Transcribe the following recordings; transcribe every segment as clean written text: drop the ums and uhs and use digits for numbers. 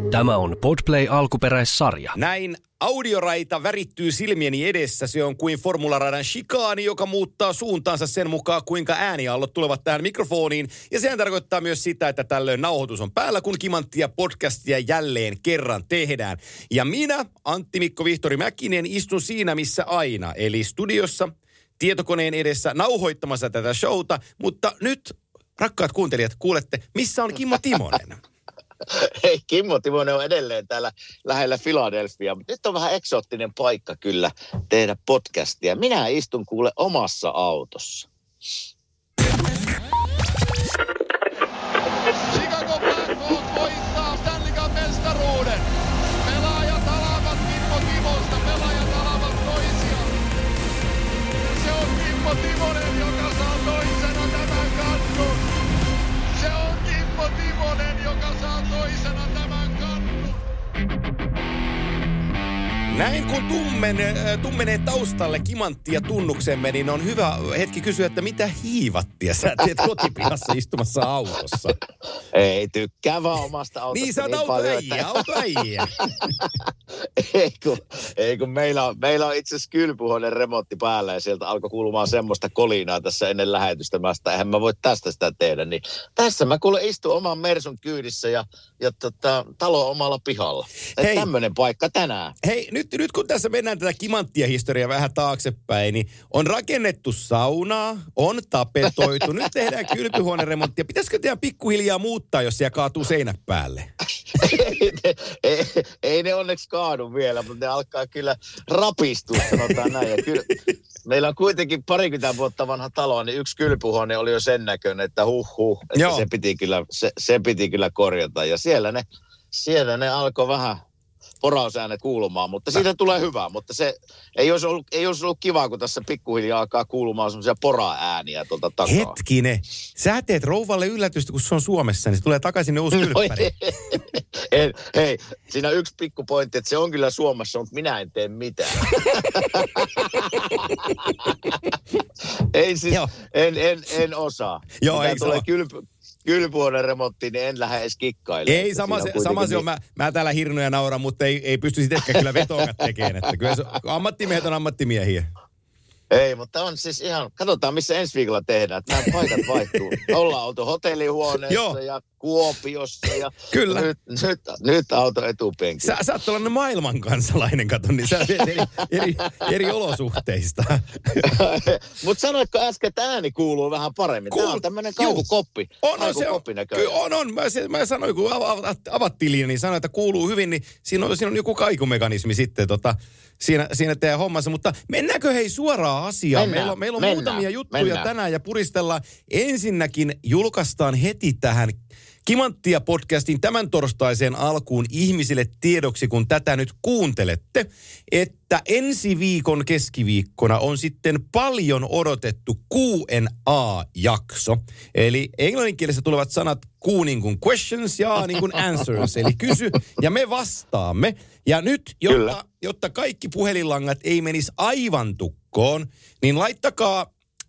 Tämä on Podplay alkuperäissarja. Näin audioraita värittyy silmieni edessä. Se on kuin formularadan shikaani, joka muuttaa suuntaansa sen mukaan, kuinka ääniaallot tulevat tähän mikrofoniin. Ja sehän tarkoittaa myös sitä, että tällöin nauhoitus on päällä, kun Kimanttia podcastia jälleen kerran tehdään. Ja minä, Antti Mikko Vihtori Mäkinen, istun siinä missä aina, eli studiossa, tietokoneen edessä nauhoittamassa tätä showta. Mutta nyt, rakkaat kuuntelijat, kuulette, missä on Kimmo Timonen? Hei, Kimmo Timonen on edelleen täällä lähellä Philadelphia, mutta nyt on vähän eksoottinen paikka kyllä tehdä podcastia. Minä istun kuule omassa autossa. Chicago Blackhawks voittaa Stanley Cup -mestaruuden. Pelaajat alavat Kimmo Timosta, pelaajat alavat toisiaan. Se on Kimmo Timonen, joka saa toisena tämän kannun. Se on Kimmo Timonen, joka saa toisena tämän kannun. Näin kun tummenee taustalle Kimanttia tunnuksemme, niin on hyvä hetki kysyä, että mitä hiivattia sä teet kotipihassa istumassa autossa? Ei, tykkää vaan omasta autosta. Niin, sä oot autoäijä. Ei kun meillä on itse asiassa kylpyhuoneen remontti päällä ja sieltä alkoi kuulumaan semmoista kolinaa tässä ennen lähetystä. Eihän mä voi tästä sitä tehdä. Niin tässä mä kuule istun oman Mersun kyydissä ja talo omalla pihalla. Tämmöinen paikka tänään. Hei, nyt kun tässä mennään tätä Kimanttia-historiaa vähän taaksepäin, niin on rakennettu saunaa, on tapetoitu, nyt tehdään kylpyhuoneremonttia. Pitäisikö teidän pikkuhiljaa muuttaa, jos siellä kaatuu seinät päälle? Ei ne onneksi kaadu vielä, mutta ne alkaa kyllä rapistua, sanotaan näin. Ja kyllä, meillä on kuitenkin 20 vuotta vanha talo, niin yksi kylpyhuone oli jo sen näköinen, että että se piti kyllä korjata. Ja siellä ne alkoi vähän porausäänet kuulumaan, mutta siitä tulee hyvää. Mutta se ei olisi ollut kivaa, kun tässä pikkuhiljaa alkaa kuulumaan semmoisia pora-ääniä tuolta takaa. Hetkinen, sä teet rouvalle yllätystä, kun se on Suomessa, niin se tulee takaisin ne uusi kylppäri. Hei, siinä on yksi pikkupointti, että se on kyllä Suomessa, mutta minä en tee mitään. Ei siis, en osaa. Joo, ei tulee kylpyhuoneen remonttiin, niin en lähde edes kikkailemaan. Ei, sama se on. Mä täällä hirnoja nauran, mutta ei pysty sitäkään kyllä vetoongat tekemään. Että kyllä ammattimiehet on ammattimiehiä. Ei, mutta on siis ihan, katsotaan missä ensi viikolla tehdään. Nämä paikat vaihtuu. Ollaan oltu hotellihuoneessa ja Kuopiossa ja kyllä. Nyt auto etupenkillä. Sä oot tällainen maailmankansalainen, kato, niin sä eri olosuhteista. Mutta sanoitko äsken, että ääni kuuluu vähän paremmin? Tämä on tämmöinen kaukukoppi. Kaukukoppi näköjään. On. Mä sanoin, kun avattiin linja, niin sanoin, että kuuluu hyvin, niin siinä on joku kaikumekanismi sitten siinä teidän hommassa. Mutta mennäänkö hei suoraan asiaan? Meillä on muutamia juttuja tänään ja puristellaan. Ensinnäkin julkaistaan heti tähän Kimanttia-podcastin tämän torstaiseen alkuun ihmisille tiedoksi, kun tätä nyt kuuntelette, että ensi viikon keskiviikkona on sitten paljon odotettu Q&A-jakso. Eli englanninkielessä tulevat sanat Q niin kuin questions ja niin kuin answers, eli kysy ja me vastaamme. Ja nyt, jotta kaikki puhelinlangat ei menisi aivan tukkoon, niin laittakaa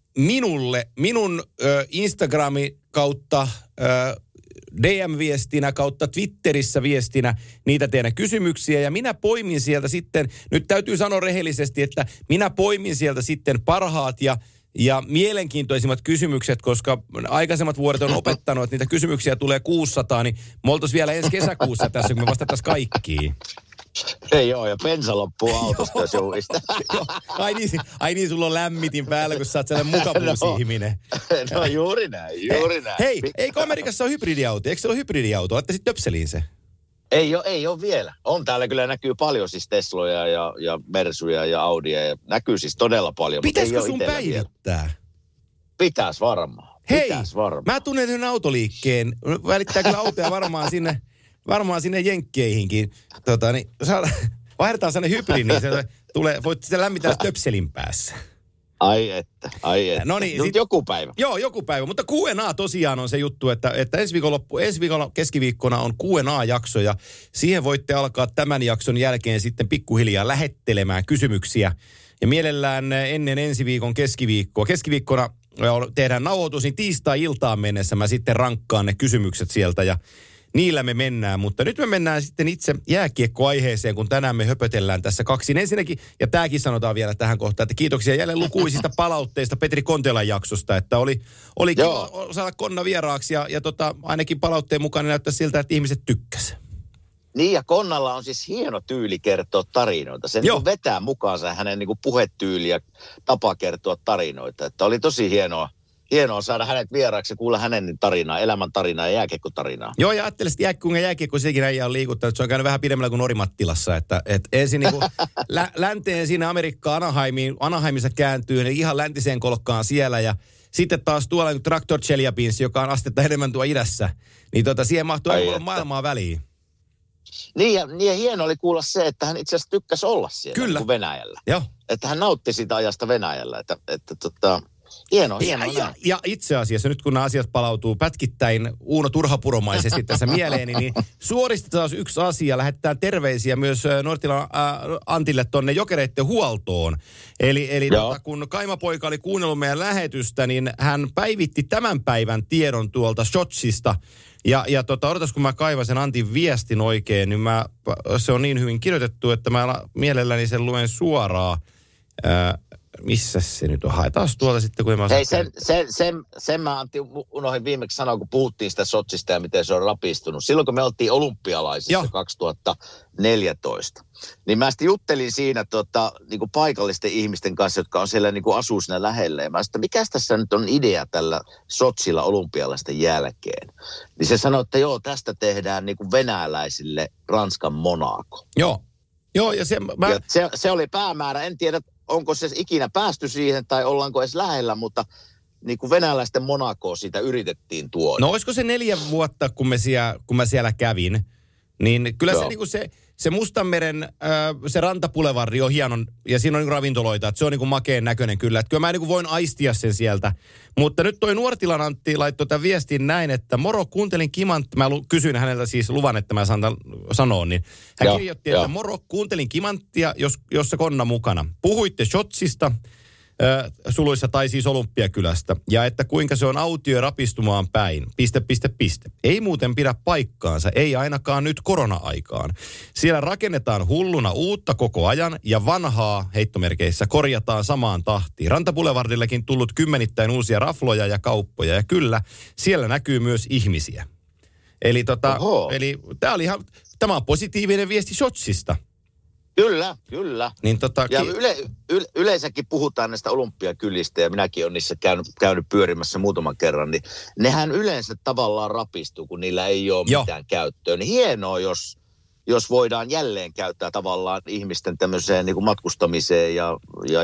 minun Instagramin kautta DM-viestinä kautta Twitterissä viestinä niitä teidän kysymyksiä. Ja minä poimin sieltä sitten, nyt täytyy sanoa rehellisesti, että minä poimin sieltä sitten parhaat ja mielenkiintoisimmat kysymykset, koska aikaisemmat vuodet on opettanut, että niitä kysymyksiä tulee 600, niin me oltaisiin vielä ensi kesäkuussa tässä, kun me vastattaisiin kaikkiin. Ei joo, ja bensa loppuu autosta jouista. Ai niin, sulla on lämmitin päällä, kun sä oot sellainen mukavuusihminen. No juuri näin. Hei, eikö Amerikassa ole hybridiauto? Eikö se ole hybridiauto? Olette sitten töpseliin se? Ei ole vielä. On täällä kyllä näkyy paljon siis Tesloja ja Mersuja ja Audia ja näkyy siis todella paljon. Pitäisikö sun päivittää? Pitäis varmaan. Hei, mä tunnen yhden autoliikkeen. Välittää kyllä autoja varmaan sinne jenkkeihinkin. Vaihdetaan sellainen hybridi, niin voit sitä lämmitellä töpselin päässä. Ai että. No niin, joku päivä. Joo, joku päivä. Mutta Q&A tosiaan on se juttu, että ensi viikon keskiviikkona on Q&A-jakso ja siihen voitte alkaa tämän jakson jälkeen sitten pikkuhiljaa lähettelemään kysymyksiä. Ja mielellään ennen ensi viikon keskiviikkoa. Keskiviikkona tehdään nauhoitus, niin tiistai-iltaan mennessä mä sitten rankkaan ne kysymykset sieltä ja niillä me mennään. Mutta nyt me mennään sitten itse jääkiekkoaiheeseen, kun tänään me höpötellään tässä kaksin. Ensinnäkin, ja tämäkin sanotaan vielä tähän kohtaan, että kiitoksia jälleen lukuisista palautteista Petri Kontelan jaksosta, että oli kiva saada Konna vieraaksi ja ainakin palautteen mukaan näyttää siltä, että ihmiset tykkäs. Niin, ja Konnalla on siis hieno tyyli kertoa tarinoita. Se niin vetää mukaansa hänen niin puhetyyli ja tapa kertoa tarinoita. Että oli tosi hienoa saada hänet vieraaksi ja kuulla hänen tarinaa, elämän tarinaa ja jääkiekkotarinaa. Joo, ja ajattelin, että jääkiekko sekin äijä on liikuttanut. Se on käynyt vähän pidemmällä kuin Orimattilassa. Että ensin niin länteen siinä Amerikkaan Anaheimissa kääntyy, niin ihan läntiseen kolkkaan siellä. Ja sitten taas tuolla Traktor Chelyabinsk, joka on astetta enemmän tuo idässä. Niin siihen mahtuu aika maailmaa väliin. Niin ja hieno oli kuulla se, että hän itse asiassa tykkäsi olla siellä. Kyllä. Niin kuin Venäjällä. Joo. Että hän nautti siitä ajasta Venäjällä. Hieno. Ja itse asiassa nyt kun nämä asiat palautuu pätkittäin Uuno Turhapuromaisesti tässä mieleeni, niin suoristetaan yksi asia. Lähetetään terveisiä myös Nortilan Antille tonne Jokereitten huoltoon. Eli kun Kaimapoika oli kuunnellut meidän lähetystä, niin hän päivitti tämän päivän tiedon tuolta Sotsista. Ja odotas, kun mä kaivan sen Antin viestin oikein, niin se on niin hyvin kirjoitettu, että mä mielelläni sen luen suoraan. Missä se nyt on? Haetaan tuolta sitten, kun mä... Hei, sen mä Antti unohdin viimeksi sanoa, kun puhuttiin sitä Sotsista ja miten se on rapistunut. Silloin, kun me oltiin olympialaisissa 2014, niin mä sitten juttelin siinä niin kuin paikallisten ihmisten kanssa, jotka on siellä niin kuin asuu siinä lähellä. Ja mä sitten, mikäs tässä nyt on idea tällä Sotsilla olympialaisten jälkeen? Niin se sanoi, että tästä tehdään niin kuin venäläisille Ranskan Monaco. Joo, ja se oli päämäärä. En tiedä, onko se ikinä päästy siihen tai ollaanko edes lähellä, mutta niin kuin venäläisten Monacoa siitä yritettiin tuoda. No olisiko se 4 vuotta, kun mä siellä kävin, niin kyllä se, niin kuin se Mustanmeren, se rantapulevardi on hienon, ja siinä on niin ravintoloita, että se on niin kuin makeen näköinen kyllä. Että kyllä mä niin kuin voin aistia sen sieltä. Mutta nyt toi Nuortilan Antti laittoi tämän viestin näin, että moro, kuuntelin Kimanttia. Mä kysyin häneltä siis luvan, että mä saan sanoa, niin hän kirjoitti, että moro, kuuntelin Kimanttia, jossa Konna mukana. Puhuitte Shotsista, suluissa tai siis Olympiakylästä, ja että kuinka se on autio rapistumaan päin, ... Ei muuten pidä paikkaansa, ei ainakaan nyt korona-aikaan. Siellä rakennetaan hulluna uutta koko ajan, ja vanhaa, heittomerkeissä, korjataan samaan tahtiin. Rantapulevardillakin tullut kymmenittäin uusia rafloja ja kauppoja, ja kyllä, siellä näkyy myös ihmisiä. Eli tämä on positiivinen viesti Shotsista. Kyllä. Niin ja yleensäkin puhutaan näistä olympiakylistä, ja minäkin olen niissä käynyt pyörimässä muutaman kerran, niin nehän yleensä tavallaan rapistuu, kun niillä ei ole mitään käyttöä. Niin hienoa, jos voidaan jälleen käyttää tavallaan ihmisten tämmöiseen niin kuin matkustamiseen ja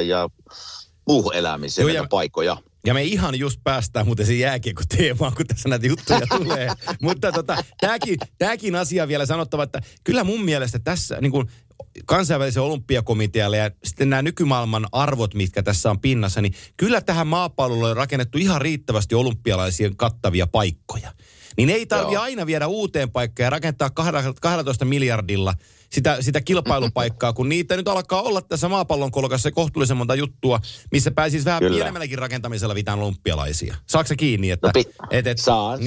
muuhun elämiseen näitä paikkoja. Ja me ihan just päästään muuten sen jääkiekko-teemaan, kun tässä näitä juttuja tulee. Mutta tämäkin asia vielä sanottava, että kyllä mun mielestä tässä niin kuin kansainvälisen olympiakomitealle ja sitten nämä nykymaailman arvot, mitkä tässä on pinnassa, niin kyllä tähän maapallolle on rakennettu ihan riittävästi olympialaisia kattavia paikkoja. Niin ei tarvitse aina viedä uuteen paikkaan ja rakentaa 12 miljardilla sitä kilpailupaikkaa, kun niitä nyt alkaa olla tässä maapallon kolkassa kohtuullisen monta juttua, missä pääsisi vähän pienemmälläkin rakentamisella vitään olympialaisia. Saatko sä kiinni? Että, Saan.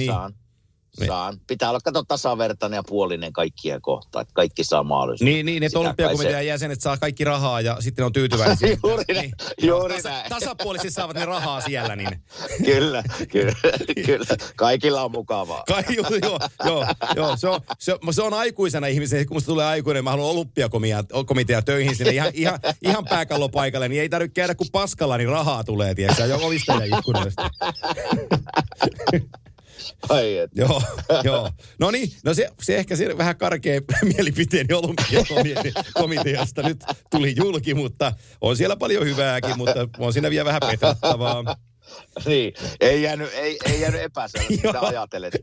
Pitää olla tasavertainen ja puolinen kaikkia kohtaa, että kaikki saa mahdollisuuden. Niin, että olympiakomitean jäsenet saa kaikki rahaa ja sitten on tyytyväisiä. Juuri näin. Tasapuolisesti saavat ne rahaa siellä, niin. Kyllä. Kaikilla on mukavaa. Se on aikuisena ihmisen, kun musta tulee aikuinen, mä haluan olympiakomitea töihin sinne ihan pääkallopaikalle, niin ei tarvitse käydä kuin paskalla, niin rahaa tulee, tiedätkö, jo ovistajan ikkunoista. Joo. No niin, se ehkä se vähän karkea mielipiteeni olympiakomiteasta nyt tuli julki, mutta on siellä paljon hyvääkin, mutta on siinä vielä vähän petrattavaa. Niin, ei jäänyt epäselvästi, mitä ajattelet.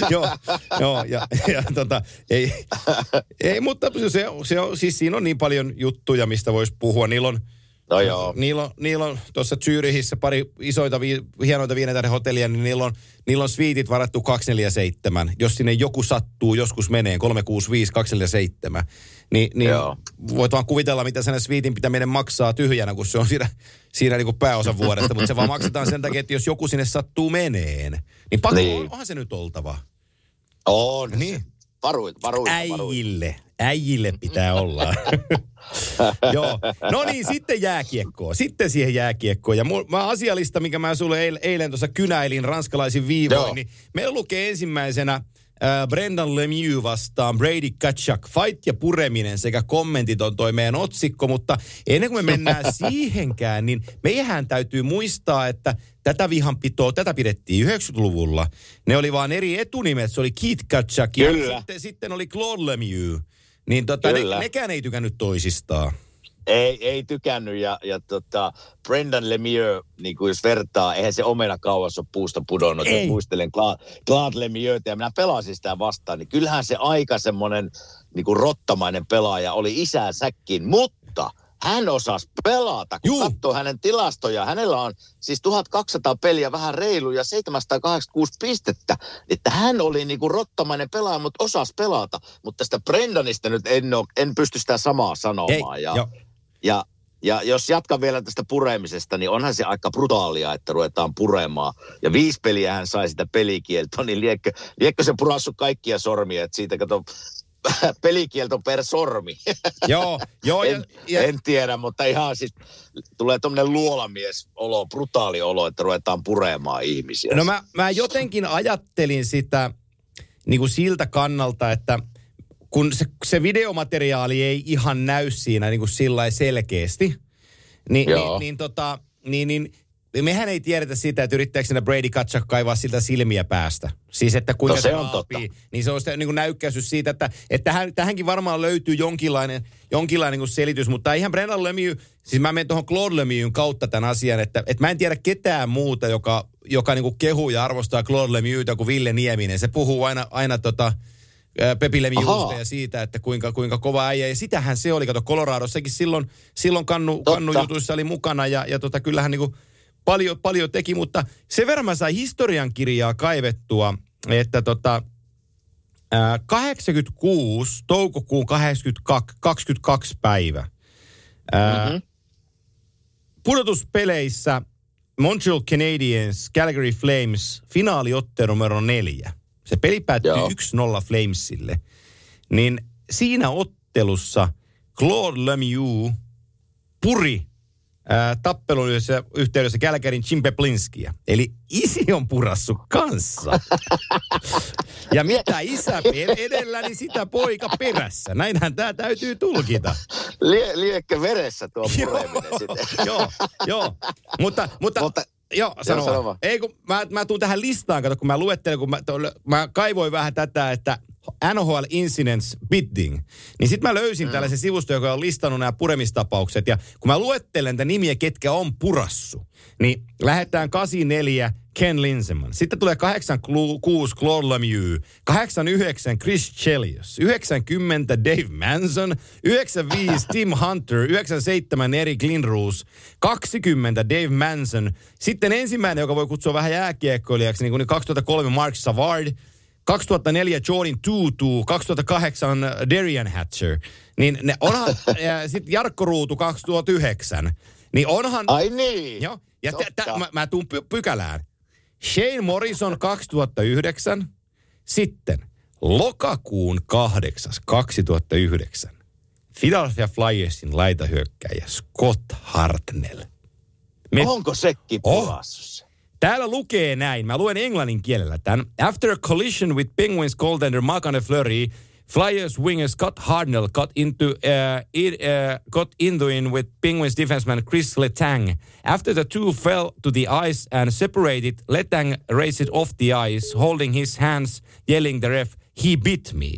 Ei, mutta se on, siis siinä on niin paljon juttuja, mistä voisi puhua. Niillä on tuossa Zyrihissä pari isoita, hienoita 5 tähden hotellia, niin niillä on sviitit varattu 247. Jos sinne joku sattuu, joskus menee 365, 247. Niin voit vaan kuvitella, mitä sen sviitin pitäminen maksaa tyhjänä, kun se on siinä niin kuin pääosan vuodesta. Mutta se vaan maksetaan sen takia, että jos joku sinne sattuu meneen, niin pakko onhan se nyt oltava. On. Niin. Varuita. Äijille pitää olla. Joo. No niin, sitten jääkiekkoa. Sitten siihen jääkiekkoon. Ja mä asialista, minkä mä sulle eilen tuossa kynäilin ranskalaisin viivoin, niin meillä lukee ensimmäisenä Brendan Lemieux vastaan Brady Tkachuk. Fight ja pureminen sekä kommentit on toi meidän otsikko, mutta ennen kuin me mennään siihenkään, niin meidän täytyy muistaa, että tätä vihanpitoa, tätä pidettiin 90-luvulla. Ne oli vaan eri etunimet, se oli Keith Tkachuk ja sitten oli Claude Lemieux. Niin nekään ei tykännyt toisistaan. Ei tykännyt ja Brendan Lemieux, niin kuin jos vertaa, eihän se omena kauas ole puusta pudonnut. Jos muistelen Claude Lemieuxtä ja minä pelasin sitä vastaan, niin kyllähän se aika semmoinen niin kuin rottamainen pelaaja oli isänsäkin, mutta hän osasi pelata, kun katsoo hänen tilastoja. Hänellä on siis 1200 peliä, vähän reilu ja 786 pistettä. Että hän oli niinku rottamainen pelaaja, mutta osasi pelata. Mutta tästä Brendanista nyt en pysty sitä samaa sanomaan. Ja jos jatkan vielä tästä puremisesta, niin onhan se aika brutaalia, että ruvetaan puremaan. Ja 5 peliä hän sai sitä pelikieltoa, niin liekö se purassut kaikkia sormia, että siitä kato pelikielto per sormi. Joo. En tiedä, mutta ihan siis tulee tommoinen luolamies-olo, brutaali olo, että ruvetaan puremaan ihmisiä. No mä jotenkin ajattelin sitä niin kuin siltä kannalta, että kun se videomateriaali ei ihan näy siinä niin kuin sillai selkeästi, niin mehän ei tiedetä sitä, että yrittääkö siinä Brady Tkachuk kaivaa siltä silmiä päästä. Siis, että kuinka se aapii. Niin se on sitä niin näykkäisyys siitä, että tähänkin varmaan löytyy jonkinlainen niin kuin selitys, mutta ihan Brendan Lemieux, siis mä menen tuohon Claude Lemieux'n kautta tämän asian, että mä en tiedä ketään muuta, joka niin kuin kehuu ja arvostaa Claude Lemieuxtä kuin Ville Nieminen. Se puhuu aina Pepi Lemieuxsta ja siitä, että kuinka kova äijä. Ja sitähän se oli, kato Coloradossakin silloin kannujutuissa oli mukana ja kyllähän niin kuin paljon teki, mutta sen verran mä sain historiankirjaa kaivettua, että 86, toukokuun 22 päivä. Pudotuspeleissä Montreal Canadiens, Calgary Flames, finaaliottelu numero 4. Se peli päättyi 1-0 Flamesille. Niin siinä ottelussa Claude Lemieux puri tappelun yhteydessä Calgaryn Jim Peplinskia. Eli isi on purassu kanssa. Ja mitä isä edellä, niin sitä poika perässä. Näinhän tämä täytyy tulkita. Liekkö veressä tuo pureminen sitten. Joo. Mutta joo, sano vaan. Ei kun mä tuun tähän listaan, kato kun mä luettelen, kun mä kaivoin vähän tätä, että NHL Incidents Bidding. Niin sit mä löysin tällaisen sivuston, joka on listannut nämä puremistapaukset. Ja kun mä luettelen näitä nimiä, ketkä on purassu, niin lähdetään 84 Ken Linseman. Sitten tulee 86 Claude Lemieux, 89 Chris Chelios, 90 Dave Manson, 95 Tim Hunter, 97 Eric Lindros, 20 Dave Manson. Sitten ensimmäinen, joka voi kutsua vähän jääkiekkoilijaksi, niin kuin 2003 Mark Savard, 2004 Jordan Tutu, 2008 Darian Hatcher. Niin ne onhan, sitten Jarkko Ruutu 2009. Niin onhan... Ai niin! Joo, ja mä tuun pykälään. Shane Morrison 2009. Sitten lokakuun 8. 2009. Philadelphia Flyersin laitahyökkäjä Scott Hartnell. Onko sekin purassussa? Täällä lukee näin. Mä luen englannin kielellä tämän. After a collision with Penguins goaltender Marc-Andre Fleury, Flyers winger Scott Hartnell got into in with Penguins defenseman Chris Letang. After the two fell to the ice and separated, Letang raced off the ice, holding his hands, yelling the ref, "He bit me."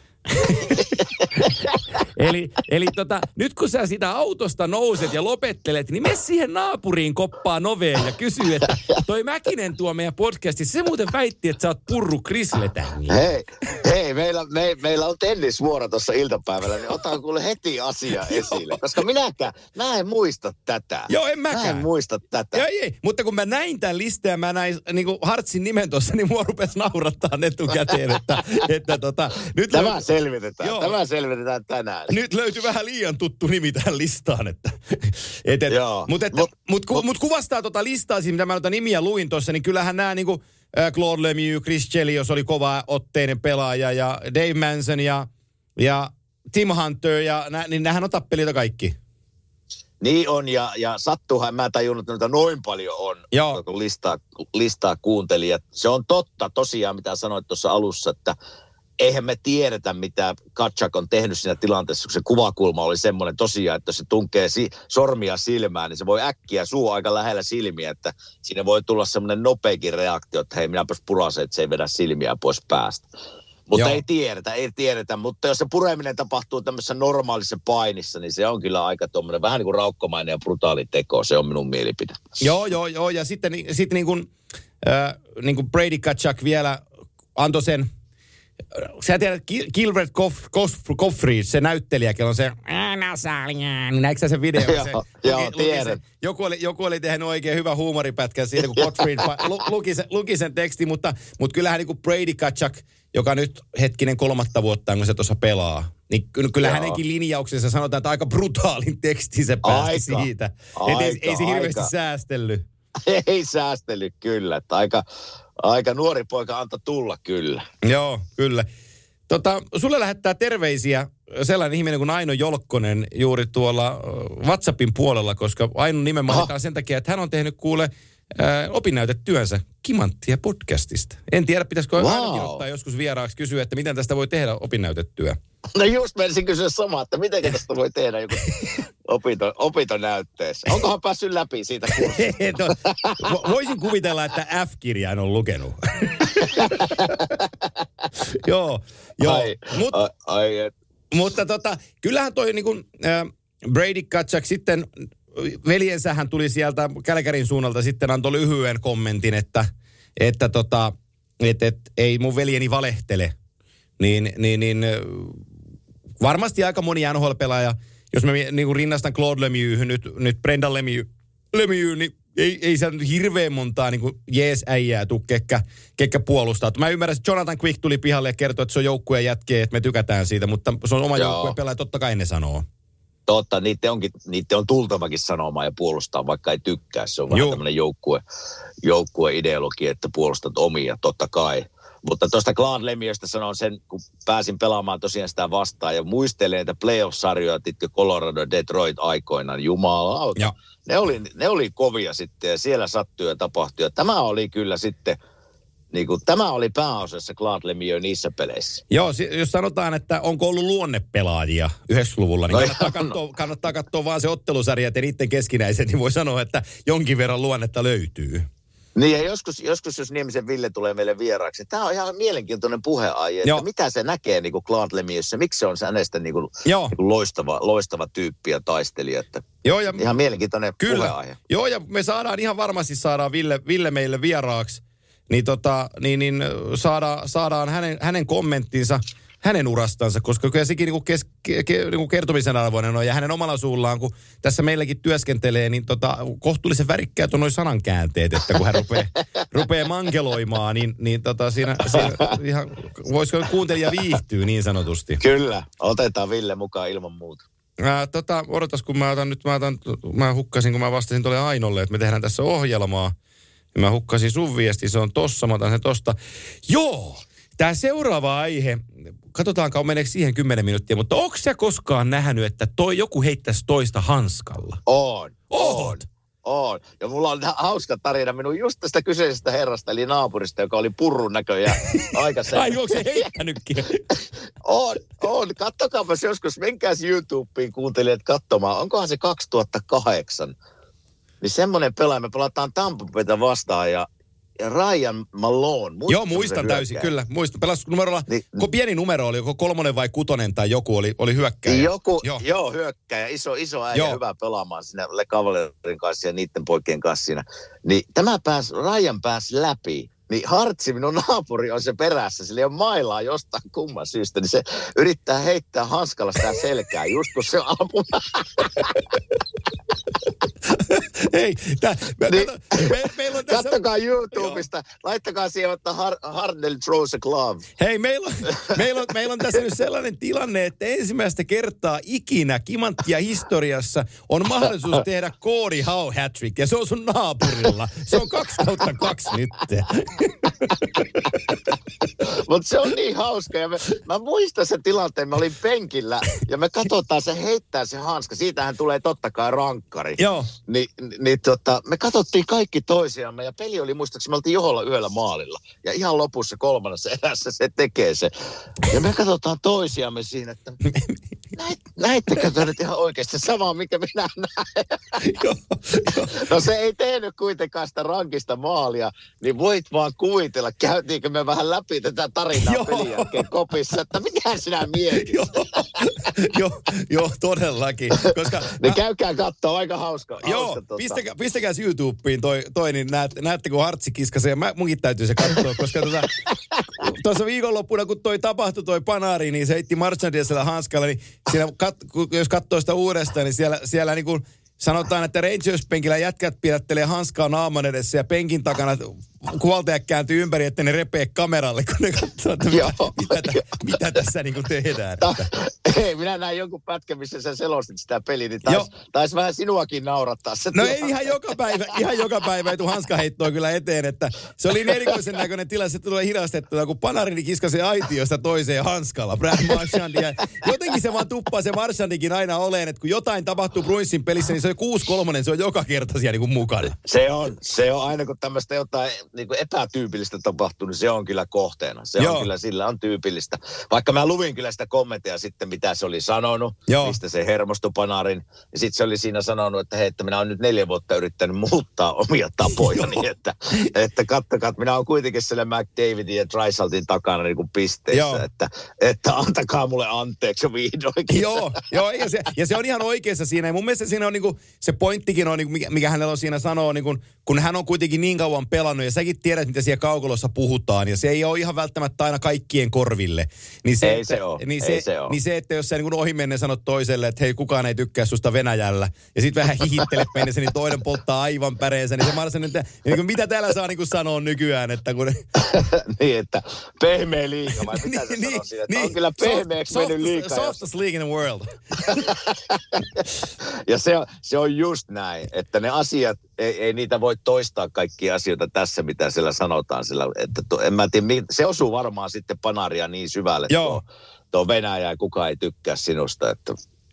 Eli nyt kun sä sitä autosta nouset ja lopettelet, niin mene siihen naapuriin koppaa noveen ja kysyy, että toi Mäkinen tuo meidän podcastissa, se muuten väitti, että sä oot purru Chris Letangin. Hei, meillä on tennisvuoro tuossa iltapäivällä, niin otan kuule heti asia esille, koska mä en muista tätä. Joo, en mäkään. Mä en muista tätä. Ei, mutta kun mä näin tämän listan ja mä näin niin Hartsin nimen tuossa, niin mua rupesi naurattaa etukäteen, että nyt Tämä selvitetään tänään. Nyt löytyi vähän liian tuttu nimi tähän listaan, Mutta kuvastaa listaa, siis mitä mä noita nimiä luin tuossa, niin kyllähän nämä niinku Claude Lemieux, Chris Chelios oli kova otteinen pelaaja ja Dave Manson ja Tim Hunter niin nämähän on tappelijoita kaikki. Niin on, ja sattuuhan, mä tajunnut, että noita noin paljon on, kun listaa kuuntelijat. Se on totta tosiaan, mitä sanoit tuossa alussa, että eihän me tiedetä, mitä Tkachuk on tehnyt siinä tilanteessa, kun se kuvakulma oli semmoinen tosiaan, että jos se tunkee sormia silmään, niin se voi äkkiä suu aika lähellä silmiä, että siinä voi tulla semmoinen nopeakin reaktio, että hei, minäpäs purasen, että se ei vedä silmiä pois päästä. Mutta ei tiedetä, mutta jos se pureminen tapahtuu tämmöisessä normaalissa painissa, niin se on kyllä aika tuommoinen vähän niin kuin raukkomainen ja brutaali teko, se on minun mielipide. Joo, ja sitten niin kuin Brady Tkachuk vielä antoi sen, sä tiedät, Gilbert Gottfried, se näyttelijä, kello on se, näetkö sä sen video? Joo, tiedän. Joku oli tehnyt oikein hyvä huumoripätkä siitä, kun Gottfried luki sen tekstin, mutta kyllähän niin kuin Brady Tkachuk, joka nyt hetkinen 3. vuotta, kun se tuossa pelaa, niin kyllä hänenkin linjauksensa sanotaan, että aika brutaalin teksti se päästi siitä. Ei se hirveästi säästellyt. Ei säästellyt kyllä, että aika nuori poika anta tulla kyllä. Joo, kyllä. Sulle lähettää terveisiä sellainen ihminen kuin Aino Jolkkonen juuri tuolla WhatsAppin puolella, koska Ainon nimen mainitaan sen takia, että hän on tehnyt opinnäytetyönsä Kimanttia podcastista. En tiedä, pitäisikö ainakin ottaa joskus vieraaksi kysyä, että miten tästä voi tehdä opinnäytetyö. No just menisin kysyä samaa, että miten tästä voi tehdä joku opintonäytteessä. Onkohan päässyt läpi siitä kurssista? Voisin kuvitella, että F-kirjain on lukenut. Joo. Mutta kyllähän toi niin kuin, Brady Tkachuk sitten, veljensähän tuli sieltä Kälkärin suunnalta sitten antoi lyhyen kommentin, että ei mun veljeni valehtele. Niin varmasti aika moni NHL-pelaaja, jos mä niin rinnastan Claude Lemieuxhyn, nyt Brendan Lemieux, niin ei se hirveän montaa niin jees-äijää tuu kekkä puolustaa. Mä ymmärrän, että Jonathan Quick tuli pihalle ja kertoi, että se on joukkueen jätkeä, että me tykätään siitä, mutta se on oma joukkueen pelaaja, totta kai ne sanoo. Totta, niiden on tultavakin sanomaan ja puolustaa, vaikka ei tykkää. Se on vähän tämmöinen joukkue-ideologia, että puolustat omia, totta kai. Mutta tuosta Claude Lemieuxstä sanon sen, kun pääsin pelaamaan tosiaan sitä vastaan ja muistelen, että playoff-sarjoja titkö Colorado, Detroit aikoinaan, jumalauta. Ne oli kovia sitten ja siellä sattui ja tapahtui. Ja tämä oli kyllä sitten, niin kuin, tämä oli pääosassa Claude Lemieux niissä peleissä. Joo, jos sanotaan, että onko ollut luonnepelaajia 90-luvulla, niin kannattaa katsoa vaan se ottelusarja ja niiden keskinäiset, niin voi sanoa, että jonkin verran luonnetta löytyy. Niin ja joskus jos Niemisen Ville tulee meille vieraaksi, tämä on ihan mielenkiintoinen puheenaihe, että mitä se näkee niin kuin Claude Lemieuxssä, miksi se on hänestä niin kuin loistava tyyppi ja taistelija, että ihan mielenkiintoinen puheenaihe. Joo, ja me ihan varmasti saadaan Ville meille vieraaksi, niin saadaan hänen kommenttinsa hänen urastansa, koska kyllä sekin niin kertomisen arvoinen on, ja hänen omalla suullaan, kun tässä meilläkin työskentelee, niin kohtuullisen värikkäät on noi sanankäänteet, että kun hän rupeaa mankeloimaan, niin siinä ihan, voisiko kuuntelija viihtyy niin sanotusti. Kyllä, otetaan Ville mukaan ilman muuta. Odotas, kun mä hukkasin, kun mä vastasin tuolle Ainolle, että me tehdään tässä ohjelmaa, ja mä hukkasin sun viesti, se on tossa, mä otan sen tosta. Joo! Tämä seuraava aihe, katsotaanko meneekö siihen 10 minuuttia, mutta onko sä koskaan nähnyt, että joku heittäisi toista hanskalla? On. Ja mulla on hauska tarina minun just tästä kyseisestä herrasta, eli naapurista, joka oli purrun näköjään aikaisemmin. Ai, onko se heittänytkin? On. Kattokaapas joskus, menkääs YouTubeen kuuntelijat katsomaan. Onkohan se 2008? Niin semmoinen pelaaja, me pelataan Tampa Bayta vastaan ja Ryan Malone. Joo, muistan täysin, kyllä. Muistan. Pelas numerolla, kun pieni numero oli, joko 3 vai 6 tai joku oli hyökkäjä. Joo, hyökkäjä. Iso äijä, hyvä pelaamaan siinä Le Cavalierin kanssa ja niiden poikien kanssa siinä. Niin Ryan pääsi läpi. Niin Hartsi, minun naapuri, on se perässä. Sillä ei ole mailaa jostain kumman syystä. Niin se yrittää heittää hanskalla sitä selkää, just kun se on ampunut. Hei, meillä on tässä... Kattokaa YouTubesta, laittakaa siihen, että Hardell throws a glove. Hei, meillä on tässä nyt sellainen tilanne, että ensimmäistä kertaa ikinä Kimanttia historiassa on mahdollisuus tehdä Gordie Howe hat-trick, ja se on sun naapurilla. Se on 2/2 nyt. Mutta se on niin hauska, ja mä muistan sen tilanteen, mä olin penkillä, ja me katsotaan, se heittää se hanska, siitähän tulee totta kai rankkari. Joo. Me katsottiin kaikki toisiamme, ja peli oli muistaakseni, me oltiin Joholla yhdellä maalilla, ja ihan lopussa 3. erässä se tekee se. Ja me katsotaan toisiamme siinä, että näittekö te nyt ihan oikeasti samaa, mikä minä näen? No se ei tehnyt kuitenkaan sitä rankista maalia, niin voit vaan kuvitella, käytiinkö me vähän läpi tätä tarinaa pelin jälkeen kopissa, että mitä sinä mietit? Joo, todellakin. Koska käykää katsoa, aika hauska. Joo, pistäkää YouTubeen toi niin näette kun Hartsi kiskasee, ja munkin täytyy se katsoa, koska tuossa viikonloppuna, kun tapahtui toi Panari, niin se heitti Marchandisella hanskalla, niin siellä, jos katsoo sitä uudestaan, niin siellä niin kuin sanotaan, että Rangers-penkillä jätkät pidättelee hanskaa naaman edessä ja penkin takana huoltajat kääntyy ympäri, että ne repee kameralle, kun ne katsoo, että mitä tässä niin kuin tehdään. Hei, minä näin jonkun pätkän, missä sä selostit sitä peliä, niin taisi vähän sinuakin naurattaa. No ei ihan joka päivä ei tule hanskaheittoa kyllä eteen, että se oli erikoisen näköinen tilanne, että tulee hidastettua, kun Panarini kiskasi aitiosta toiseen hanskalla, Brad Marchand, ja jotenkin se vaan tuppaa se Marchandikin aina oleen, että kun jotain tapahtuu Bruinsin pelissä, niin se on 6-3, se on joka kerta siellä niin kuin mukana. Se on aina, kun tämmöistä jotain niin kuin epätyypillistä tapahtuu, niin se on kyllä kohteena. Se on kyllä, sillä on tyypillistä. Vaikka mä luvin kyllä sitä kommenttia sitten, mitä se oli sanonut, mistä se hermostui Panarin. Ja sitten se oli siinä sanonut, että hei, että minä olen nyt 4 vuotta yrittänyt muuttaa omia tapoja, niin että kattokaa, minä olen kuitenkin siellä McDavidin ja Draisaltin takana niin kuin pisteissä, että antakaa mulle anteeksi vihdoinkin. Joo, ja se on ihan oikeassa siinä. Ja mun mielestä siinä on niin kuin, se pointtikin on, niin kuin, mikä hänellä on siinä sanoo, niin kuin, kun hän on kuitenkin niin kauan pelannut, ja säkin tiedät, mitä siellä kaukolossa puhutaan, ja se ei ole ihan välttämättä aina kaikkien korville. Niin se, että jos sä niin ohimennen sanot toiselle, että hei, kukaan ei tykkää susta Venäjällä, ja sitten vähän hihittelet mennessä, niin toinen polttaa aivan päreensä, niin se Marsan, että niin mitä täällä saa niin sanoa nykyään, että kun... niin, että pehmeä liiga, vai mitä se sanoo siinä, että on kyllä pehmeäksi mennyt liiga. Softest league in the world. Ja se on just näin, että ne asiat, ei niitä voi toistaa kaikkia asioita tässä, mitä siellä sanotaan. Että en mä tiedä, se osuu varmaan sitten Panaria niin syvälle, tuo Venäjä ja kukaan ei tykkää sinusta, että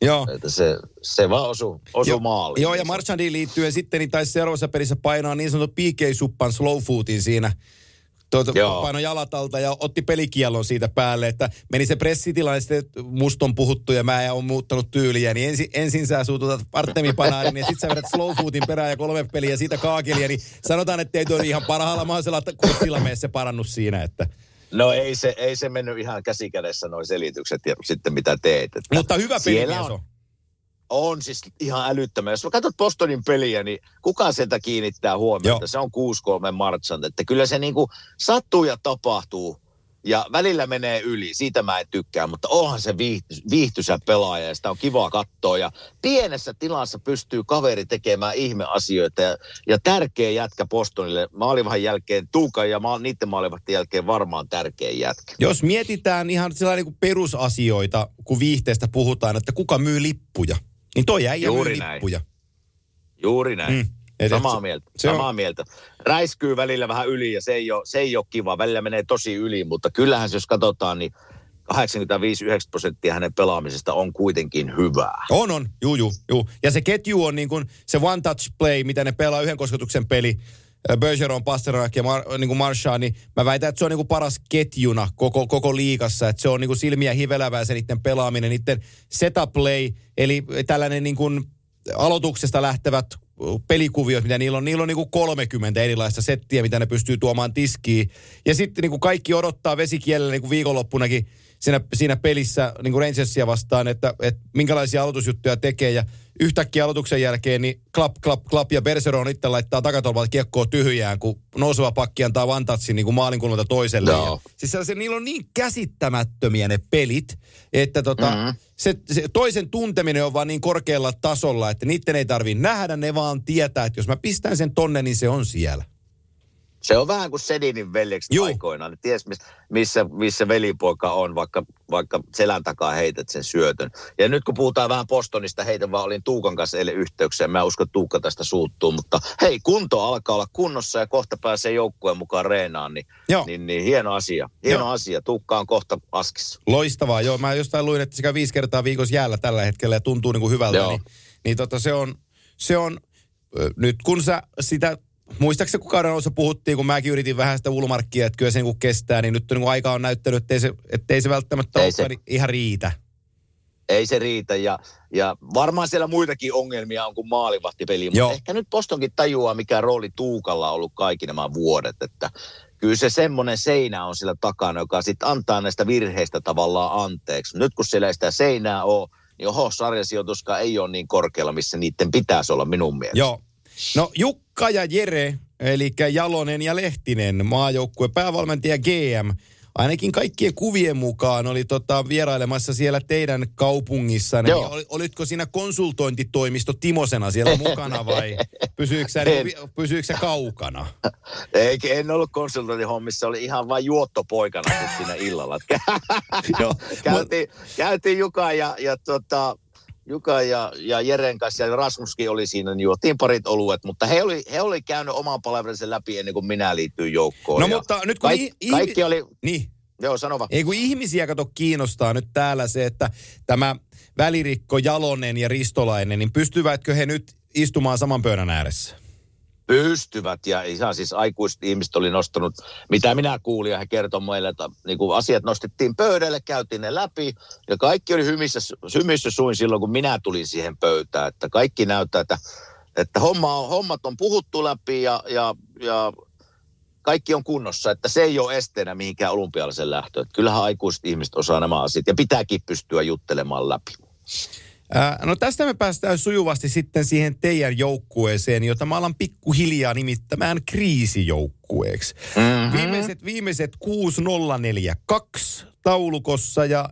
se vaan osuu maaliin. Joo, ja Marchandiin liittyen sitten, niin taisi seuraavassa pelissä painaa niin sanottu PK-suppan slow footin siinä. Paino jalat alta ja otti pelikiellon siitä päälle, että meni se pressitilanne, sitten musta on puhuttu ja mä oon muuttanut tyyliä, niin ensin sä suututat Artemi Panarin ja sit sä vedät slow footin perään ja 3 peliä ja siitä kaakelia, niin sanotaan, että ei tuo ihan parhaalla mahdollisella kurssilla mene se parannus siinä, että... No ei se mennyt ihan käsikädessä noi selitykset ja sitten mitä teet. Mutta hyvä pelimies on. On siis ihan älyttömän. Jos katsot Bostonin peliä, niin kuka sieltä kiinnittää huomiota? Se on 6-3 Marchand. Että kyllä se niinku sattuu ja tapahtuu ja välillä menee yli. Siitä mä en tykkää, mutta onhan se viihtyisä pelaaja ja sitä on kiva katsoa. Ja pienessä tilassa pystyy kaveri tekemään ihmeasioita ja tärkeä jätkä Bostonille. Maalivahdin jälkeen Tuukan ja niiden maalivahdin jälkeen varmaan tärkeä jätkä. Jos mietitään ihan sellainen niin perusasioita, kun viihteestä puhutaan, että kuka myy lippuja, niin toi äijä myy lippuja. Juuri näin. Samaa mieltä. Räiskyy välillä vähän yli ja se ei ole kiva. Välillä menee tosi yli, mutta kyllähän jos katsotaan, niin 85-90% hänen pelaamisesta on kuitenkin hyvää. On. Juu. Ja se ketju on niin kuin se one touch play, mitä ne pelaa yhden kosketuksen peli. Bergeron, Pasternak ja niin Marchand, niin mä väitän, että se on niin kuin paras ketjuna koko liigassa. Että se on niin kuin silmiä hivelevää se niiden pelaaminen, niiden setup play, eli tällainen niin kuin aloituksesta lähtevät pelikuviot, mitä niillä on niin kuin 30 erilaista settiä, mitä ne pystyy tuomaan tiskiin. Ja sitten niin kuin kaikki odottaa vesikielellä niin kuin viikonloppunakin siinä pelissä niin kuin Rangersia vastaan, että minkälaisia aloitusjuttuja tekee. Ja yhtäkkiä aloituksen jälkeen, niin klap, ja Bergeron itse laittaa takatolvalta kiekkoa tyhjään, kun nouseva pakki antaa one touchin niin kuin maalinkulmalta toiselle. No. Siis niillä on niin käsittämättömiä ne pelit, että se toisen tunteminen on vaan niin korkealla tasolla, että niiden ei tarvitse nähdä, ne vaan tietää, että jos mä pistän sen tonne, niin se on siellä. Se on vähän kuin Sedinin veljekset aikoinaan. Ne ties, missä velipoika on, vaikka selän takaa heität sen syötön. Ja nyt kun puhutaan vähän Bostonista, heitä vaan olin Tuukan kanssa eilen yhteyksiä. Mä uskon, että Tuukka tästä suuttuu, mutta hei, kunto alkaa olla kunnossa ja kohta pääsee joukkueen mukaan reenaan. Niin hieno asia. Hieno asia. Tuukka on kohta askissa. Loistavaa, joo. Mä jostain luin, että se käy 5 kertaa viikossa jäällä tällä hetkellä ja tuntuu niin kuin hyvältä. Se on, nyt kun sä sitä... Muistaakseni kun kauden alussa puhuttiin, kun mäkin yritin vähän sitä ulmarkkia, että kyllä se niin kestää, niin nyt niin aika on näyttänyt, ettei se välttämättä ihan riitä. Ei se riitä ja varmaan siellä muitakin ongelmia on kuin maalivahtipeli, mutta ehkä nyt Bostonkin tajuaa, mikä rooli Tuukalla on ollut kaikki nämä vuodet, että kyllä se semmoinen seinä on sillä takana, joka sitten antaa näistä virheistä tavallaan anteeksi. Nyt kun siellä ei sitä seinää ole, niin sarjasijoituskaan ei ole niin korkealla, missä niiden pitäisi olla minun mielestä. Joo. No Jukka ja Jere, eli Jalonen ja Lehtinen, maajoukkue päävalmentaja GM, ainakin kaikkien kuvien mukaan oli vierailemassa siellä teidän kaupungissanne. Niin olitko siinä konsultointitoimisto Timosena siellä mukana vai pysyykö sä kaukana? En ollut konsultointihommissa, oli ihan vain juottopoikana siinä illalla. Käytiin Juka ja Jeren kanssa ja Rasmuskin oli siinä, niin juotiin parit oluet, mutta he oli käynyt oman palvelunsa läpi ennen kuin minä liityin joukkoon. No mutta nyt kun kaikki oli... Niin. Joo, sano vaan. Ei kun ihmisiä kiinnostaa nyt täällä se, että tämä Välirikko, Jalonen ja Ristolainen, niin pystyvätkö he nyt istumaan saman pöydän ääressä? Pystyvät ja ihan siis aikuiset ihmiset oli nostanut, mitä minä kuulin ja he kertoi meille, että niin kuin asiat nostettiin pöydälle, käytiin ne läpi ja kaikki oli hymissä suin silloin, kun minä tulin siihen pöytään, että kaikki näyttää, että hommat on puhuttu läpi ja kaikki on kunnossa, että se ei ole esteenä mihinkään olympialaisen lähtöön. Että kyllähän aikuiset ihmiset osaa nämä asiat ja pitääkin pystyä juttelemaan läpi. No tästä me päästään sujuvasti sitten siihen teidän joukkueeseen, jota mä alan pikkuhiljaa nimittämään kriisijoukkueeksi. Viimeiset 6-0-4-2 taulukossa ja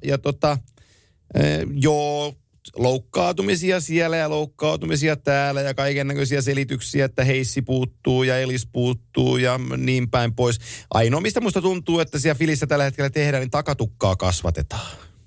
loukkaantumisia siellä ja loukkaantumisia täällä ja kaikennäköisiä selityksiä, että Heissi puuttuu ja Elis puuttuu ja niin päin pois. Ainoa, mistä musta tuntuu, että siellä Filissä tällä hetkellä tehdään, niin takatukkaa kasvatetaan.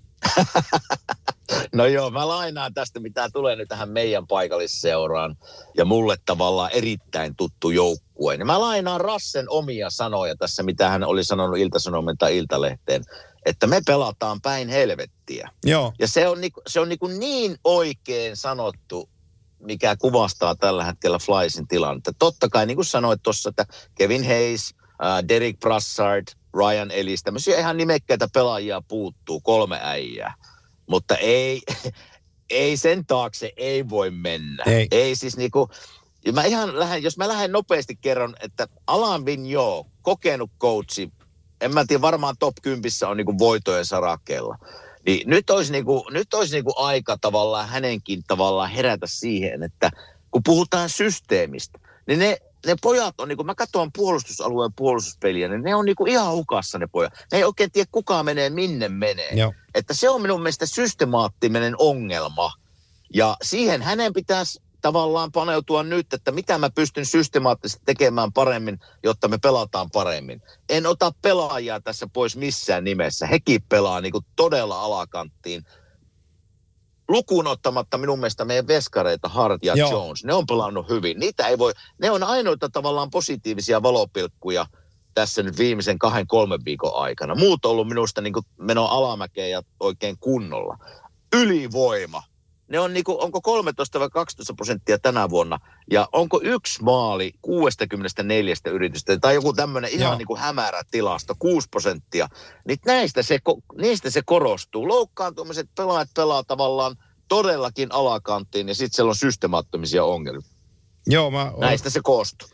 No joo, mä lainaan tästä, mitä tulee nyt tähän meidän paikallisseuraan ja mulle tavallaan erittäin tuttu joukkue. Mä lainaan Rassen omia sanoja tässä, mitä hän oli sanonut Ilta-Sanomien tai Iltalehteen, että me pelataan päin helvettiä. Joo. Ja se on niin oikein sanottu, mikä kuvastaa tällä hetkellä Flysin tilannetta. Totta kai, niin kuin sanoit tuossa, että Kevin Hayes, Derek Brassard, Ryan Ellis, tämmöisiä ihan nimekkäitä pelaajia puuttuu, 3 äijää. Mutta ei sen taakse ei voi mennä. Ei siis niinku, jos mä lähden nopeasti kerron, että Alain Vigneault, kokenut coachi, en mä tiedä, varmaan top 10 on niinku voitojen sarakkeella. Niin nyt olisi niinku aika tavallaan hänenkin tavallaan herätä siihen, että kun puhutaan systeemistä, niin ne pojat on, niin kun mä katson puolustusalueen puolustuspeliä, niin ne on niin kuin ihan hukassa ne pojat. Ne ei oikein tiedä, kuka menee, minne menee. Joo. Että se on minun mielestä systemaattinen ongelma. Ja siihen hänen pitäisi tavallaan paneutua nyt, että mitä mä pystyn systemaattisesti tekemään paremmin, jotta me pelataan paremmin. En ota pelaajia tässä pois missään nimessä. Hekin pelaa niin kuin todella alakanttiin. Lukuun ottamatta minun mielestä meidän veskareita, Hart ja Jones, ne on pelannut hyvin. Niitä ei voi, ne on ainoita tavallaan positiivisia valopilkkuja tässä nyt viimeisen 2-3 viikon aikana. Muut on ollut minusta niin kuin meno alamäkeen ja oikein kunnolla. Ylivoima. Ne on niin kuin, onko 13-12% tänä vuonna ja onko 1 maali 64 yritystä tai joku tämmöinen ihan niin kuin hämärä tilasto, 6%. Niin niistä se korostuu. Loukkaantumiset pelaajat pelaa tavallaan todellakin alakanttiin ja sitten siellä on systemaattomisia ongelmia. Joo, näistä se koostuu.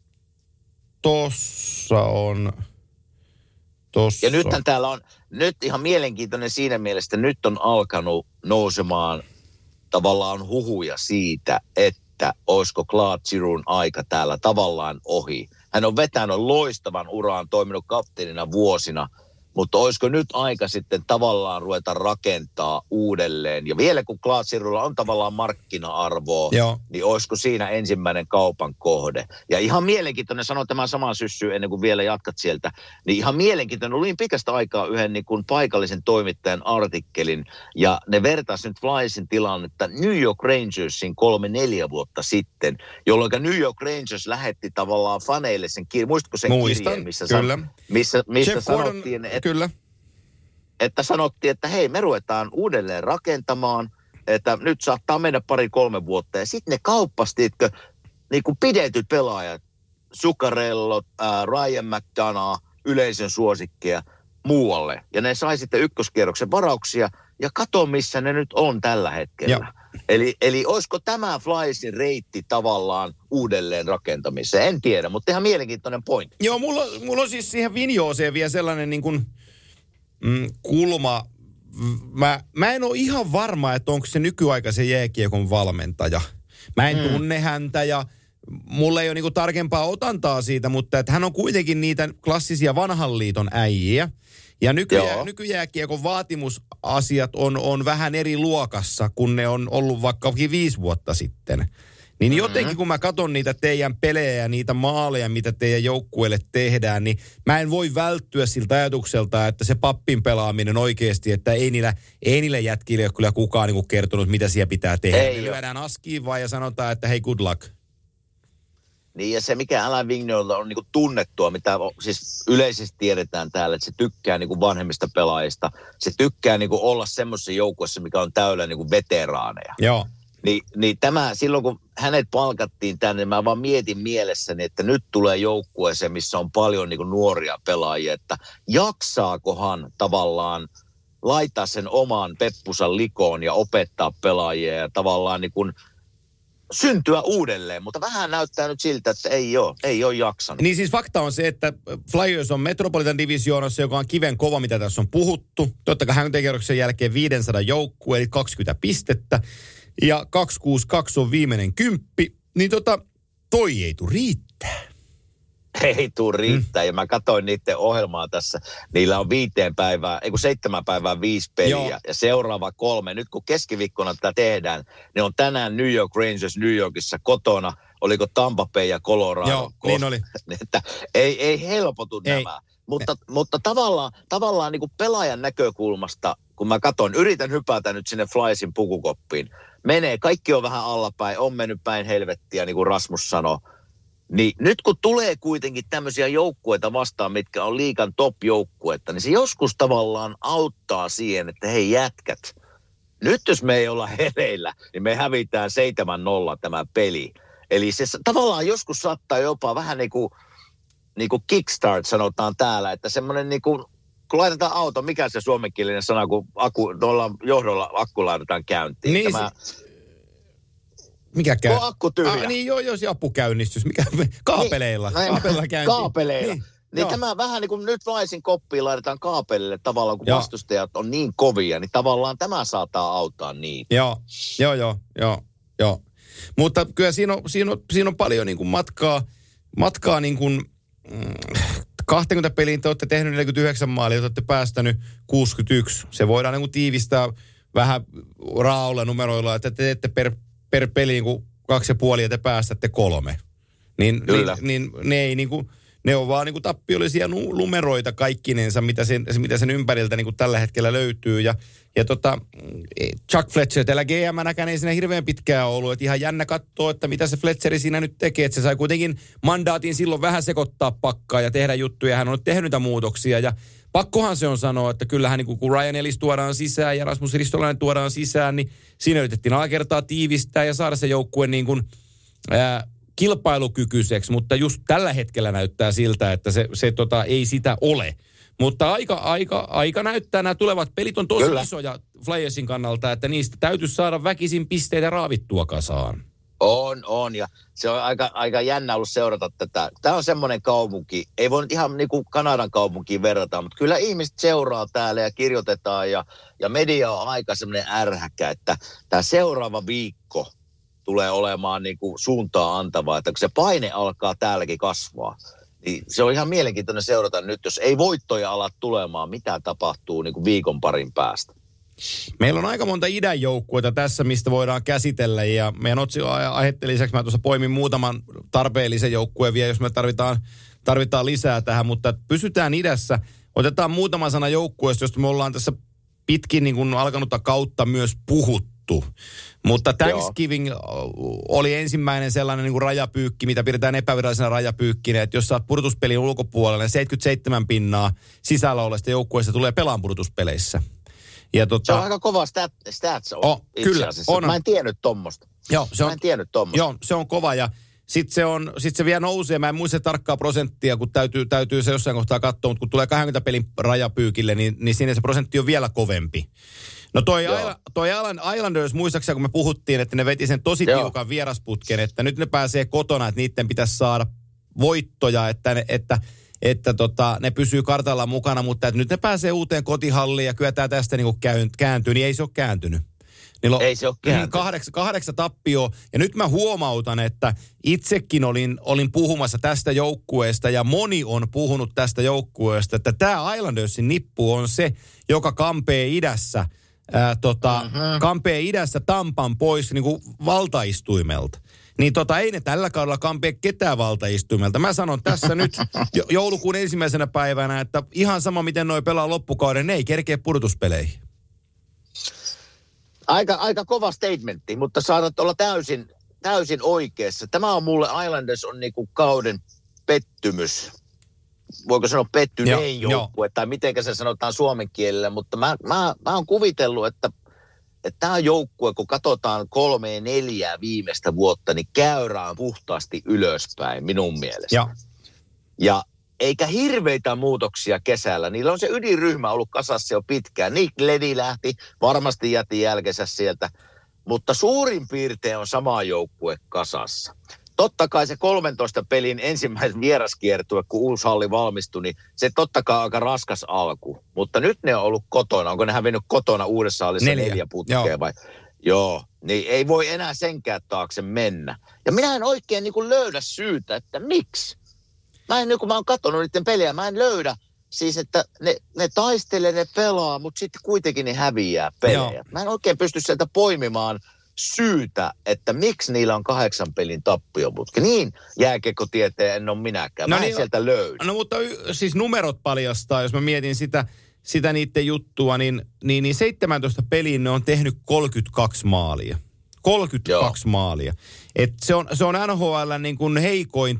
Tossa on. Ja nythän täällä on nyt ihan mielenkiintoinen siinä mielessä, nyt on alkanut nousemaan tavallaan huhuja siitä, että olisiko Claude Giroux aika täällä tavallaan ohi. Hän on vetänyt loistavan uraan, toiminut kapteenina vuosina, mutta olisiko nyt aika sitten tavallaan ruveta rakentaa uudelleen? Ja vielä kun Claude Girouxlla on tavallaan markkina-arvoa, niin olisiko siinä ensimmäinen kaupan kohde? Ja ihan mielenkiintoinen, sanon tämän saman syssyyn ennen kuin vielä jatkat sieltä, niin ihan mielenkiintoinen, luin pitkästä aikaa yhden niin kuin paikallisen toimittajan artikkelin, ja ne vertaisi nyt Flyersin tilannetta New York Rangersin 3-4 vuotta sitten, jolloin New York Rangers lähetti tavallaan faneille sen kirjan. Muistatko sen kirjeen, missä sanottiin, että sanottiin, että hei, me ruvetaan uudelleen rakentamaan, että nyt saattaa mennä 2-3 vuotta. Ja sitten ne kauppasitkö niin kuin pidetyt pelaajat, Zuccarello, Ryan McDonough, yleisön suosikkeja muualle. Ja ne sai sitten ykköskierroksen varauksia ja kato, missä ne nyt on tällä hetkellä. Eli olisiko tämä Flyersin reitti tavallaan uudelleen rakentamiseen? En tiedä, mutta ihan mielenkiintoinen pointti. Joo, mulla on siis siihen Vignoseen vielä sellainen niin kuin kulma. Mä en ole ihan varma, että onko se nykyaikaisen jääkiekon valmentaja. Mä en tunne häntä ja mulla ei ole niinku tarkempaa otantaa siitä, mutta että hän on kuitenkin niitä klassisia vanhan liiton äijiä. Ja nykyjääkiekon vaatimusasiat on vähän eri luokassa, kun ne on ollut vaikka 5 vuotta sitten. Niin jotenkin kun mä katson niitä teidän pelejä ja niitä maaleja, mitä teidän joukkueelle tehdään, niin mä en voi välttyä siltä ajatukselta, että se pappin pelaaminen oikeasti, että ei niillä jätkille ole kyllä kukaan niin kertonut, mitä siellä pitää tehdä. Ne lyödään askiin vaan ja sanotaan, että hei, good luck. Niin ja se, mikä Alain Vigneaulta on niin kuin tunnettua, mitä siis yleisesti tiedetään täällä, että se tykkää niin kuin vanhemmista pelaajista. Se tykkää niin kuin olla semmoisessa joukkueessa, mikä on täynnä niin kuin veteraaneja. Joo. Niin tämä, silloin kun hänet palkattiin tänne, mä vaan mietin mielessäni, että nyt tulee joukkueeseen, missä on paljon niin kuin nuoria pelaajia, että jaksaakohan tavallaan laittaa sen oman peppusan likoon ja opettaa pelaajia ja tavallaan niin kuin syntyä uudelleen, mutta vähän näyttää nyt siltä, että ei ole jaksanut. Niin siis fakta on se, että Flyers on Metropolitan Divisioonassa, joka on kiven kova, mitä tässä on puhuttu. Totta kai häntäkierroksen jälkeen 500 joukkue, eli 20 pistettä. Ja 262 on viimeinen 10. Niin toi ei tule riittää. Ei tule riittää. Ja mä katsoin niiden ohjelmaa tässä. Niillä on 7 päivää 5 peliä. Joo. Ja seuraava 3. Nyt kun keskiviikkona tätä tehdään, ne on tänään New York Rangers New Yorkissa kotona. Oliko Tampa Bay ja Colorado? Joo, niin oli. Että ei helpotu nämä. Mutta tavallaan niin kuin pelaajan näkökulmasta, kun mä yritän hypätä nyt sinne Flyersin pukukoppiin. Kaikki on vähän allapäin, on mennyt päin helvettiä, niin kuin Rasmus sanoi. Niin nyt kun tulee kuitenkin tämmöisiä joukkueita vastaan, mitkä on liigan top-joukkuetta, niin se joskus tavallaan auttaa siihen, että hei jätkät, nyt jos me ei olla hereillä, niin me hävitään 7-0 tämä peli. Eli se tavallaan joskus saattaa jopa vähän niin kuin kickstart sanotaan täällä, että semmoinen niin kuin, kun laitetaan auto, mikä se suomenkielinen sana, kun johdolla akku laitetaan käyntiin. Niin mikä käy? Kun akku tyhjä. Niin joo, se apukäynnistys. Kaapeleilla. Kaapeleilla. Niin tämä vähän niin kuin nyt Flyersin koppiin laitetaan kaapelille tavallaan, kun vastustajat on niin kovia, niin tavallaan tämä saattaa auttaa niitä. Joo. Mutta kyllä siinä on paljon niin kuin matkaa niin kuin 20 peliin te olette tehnyt 49 maalia, te olette päästänyt 61. Se voidaan niin kuin tiivistää vähän raolla numeroilla, että te teette per peliin kuin 2,5 ja te päästätte 3. Niin ne ei niin kuin, ne on vaan niin kuin tappiollisia numeroita kaikkinensa, mitä sen ympäriltä niin kuin tällä hetkellä löytyy. Ja Chuck Fletcher, teillä GM-näkään ei siinä hirveän pitkään ollut. Että ihan jännä katsoa, että mitä se Fletcheri siinä nyt tekee. Että se sai kuitenkin mandaatin silloin vähän sekoittaa pakkaa ja tehdä juttuja. Hän on tehnyt niitä muutoksia ja pakkohan se on sanoa, että kyllähän niin kun Ryan Ellis tuodaan sisään ja Rasmus Ristolainen tuodaan sisään, niin siinä yritettiin alakertaa tiivistää ja saada se joukkue niin kuin kilpailukykyiseksi, mutta just tällä hetkellä näyttää siltä, että se ei sitä ole. Mutta aika näyttää, nämä tulevat pelit on tosi isoja Flyersin kannalta, että niistä täytyisi saada väkisin pisteitä raavittua kasaan. On, ja se on aika jännä ollut seurata tätä. Tämä on semmoinen kaupunki, ei voi nyt ihan niin kuin Kanadan kaupunkiin verrata, mutta kyllä ihmiset seuraa täällä ja kirjoitetaan, ja media on aika semmoinen ärhäkkä, että tämä seuraava viikko tulee olemaan niin kuin suuntaa antavaa, että kun se paine alkaa täälläkin kasvaa, niin se on ihan mielenkiintoinen seurata nyt, jos ei voittoja ala tulemaan, mitä tapahtuu niin kuin viikon parin päästä. Meillä on aika monta idän joukkueita tässä, mistä voidaan käsitellä, ja meidän aiheiden lisäksi mä tuossa poimin muutaman tarpeellisen joukkueen vielä, jos me tarvitaan lisää tähän, mutta pysytään idässä. Otetaan muutama sana joukkueesta, josta me ollaan tässä pitkin niin kuin alkanutta kautta myös puhuttu. Mutta Thanksgiving oli ensimmäinen sellainen niin kuin rajapyykki, mitä pidetään epävirallisena rajapyykkinä, että jos sä oot pudotuspelin ulkopuolella, niin 77 pinnaa sisällä olevista joukkueista tulee pelaan pudotuspeleissä. Ja se on aika kova stats kyllä, on. Mä en tiennyt tommosta. Joo, se on kova, ja sitten se vielä nousee. Mä en muista tarkkaa prosenttia, kun täytyy se jossain kohtaa katsoa, mutta kun tulee 20 pelin rajapyykille, niin siinä se prosentti on vielä kovempi. No toi Islanders, muistaakseni kun me puhuttiin, että ne veti sen tosi tiukan vierasputken, että nyt ne pääsee kotona, että niiden pitäisi saada voittoja, että ne pysyy kartalla mukana, mutta että nyt ne pääsee uuteen kotihalliin ja kyllä tämä tästä niin kääntyy, niin ei se ole kääntynyt. Ei se ole kääntynyt. 8 tappioa, ja nyt mä huomautan, että itsekin olin puhumassa tästä joukkueesta, ja moni on puhunut tästä joukkueesta, että tämä Islandersin nippu on se, joka kampee idässä, kampee idässä Tampan pois niin kuin valtaistuimelta. Niin ei ne tällä kaudella kampee ketään valtaistuimelta. Mä sanon tässä nyt joulukuun ensimmäisenä päivänä, että ihan sama miten noi pelaa loppukauden, ne ei kerkeä pudotuspeleihin. Aika kova statementti, mutta saatat olla täysin oikeassa. Tämä on mulle, Islanders on niinku kauden pettymys. Voiko sanoa pettyneen joukkue, tai mitenkä se sanotaan suomen kielellä, mutta mä oon kuvitellut, että tämä joukkue, kun katsotaan 3-4 viimeistä vuotta, niin käyrä on puhtaasti ylöspäin minun mielestä. Ja eikä hirveitä muutoksia kesällä. Niillä on se ydinryhmä ollut kasassa jo pitkään. Nick Leddy lähti, varmasti jäti jälkensä sieltä, mutta suurin piirtein on sama joukkue kasassa. Totta kai se 13 pelin ensimmäisen vieraskiertue, kun uusi halli valmistui, niin se totta kai aika raskas alku. Mutta nyt ne on ollut kotona. Onko ne hävinnyt kotona uudessa hallissa 4 putkea vai? Joo, niin ei voi enää senkään taakse mennä. Ja minä en oikein niin kuin löydä syytä, että miksi. Kun mä oon katsonut niiden pelejä, mä en löydä siis, että ne taistelee, ne pelaa, mutta sitten kuitenkin ne häviää pelejä. Joo. Mä en oikein pysty sieltä poimimaan syytä, että miksi niillä on 8 pelin tappioputki. Niin jääkiekkotieteen en ole minäkään. Mä en sieltä löydä. No mutta siis numerot paljastaa, jos mä mietin sitä niiden juttua, niin 17 peliin ne on tehnyt 32 maalia. 32 maalia. Et se on NHL niin kuin heikoin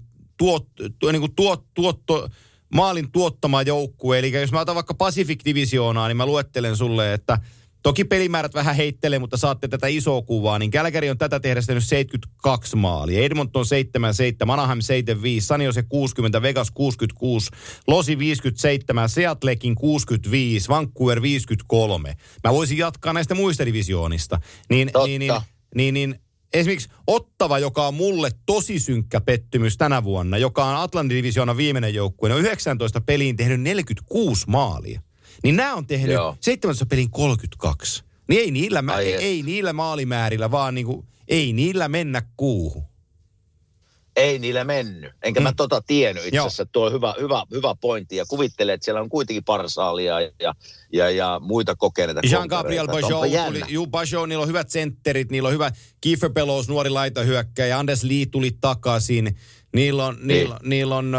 maalin tuottama joukkue. Eli jos mä otan vaikka Pacific Divisioonaa, niin mä luettelen sulle, että toki pelimäärät vähän heittelee, mutta saatte tätä isoa kuvaa, niin Calgary on tätä tehdä tehnyt 72 maalia. Edmonton 77, Anaheim 75, San Jose 60, Vegas 66, Losi 57, Seattlekin 65, Vancouver 53. Mä voisin jatkaa näistä muista divisioonista. Niin esimerkiksi Ottava, joka on mulle tosi synkkä pettymys tänä vuonna, joka on Atlantin divisioonan viimeinen joukkue, on 19 peliin tehnyt 46 maalia. Niin nämä on tehnyt 17 pelin 32. Niin ei niillä maalimäärillä, vaan niinku, ei niillä mennä kuuhun. Ei niillä mennyt. Enkä mä tiennyt itse asiassa. Tuo on hyvä pointti. Ja kuvittelee, että siellä on kuitenkin Parsaalia ja muita kokeneita. Jean-Gabriel Pajot, niillä on hyvät sentterit, niillä on hyvä Kiefer Bellows, nuori laitahyökkäjä, Anders Lee tuli takaisin. Niillä on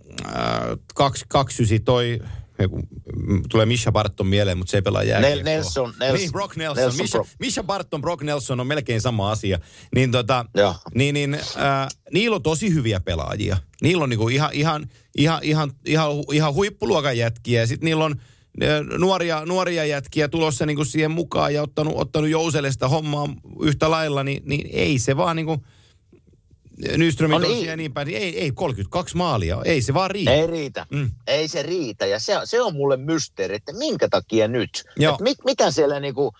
29 toi... Tulee Misha Barton mieleen, mutta se ei pelaa jääkiekkoa. Nelson. Niin, Brock Nelson. Misha Barton, Brock Nelson on melkein sama asia. Niillä on tosi hyviä pelaajia. Niillä on niinku ihan huippuluokan jätkiä. Ja sitten niillä on nuoria jätkiä tulossa niinku siihen mukaan ja ottanut Jouselle sitä hommaa yhtä lailla, niin ei se vaan niinku... Nyströmin tosiaan ja niin päin, niin ei 32 maalia, ei se vaan riitä. Ei riitä, ei se riitä ja se on mulle mysteeri, että minkä takia nyt. Mitä siellä niinku,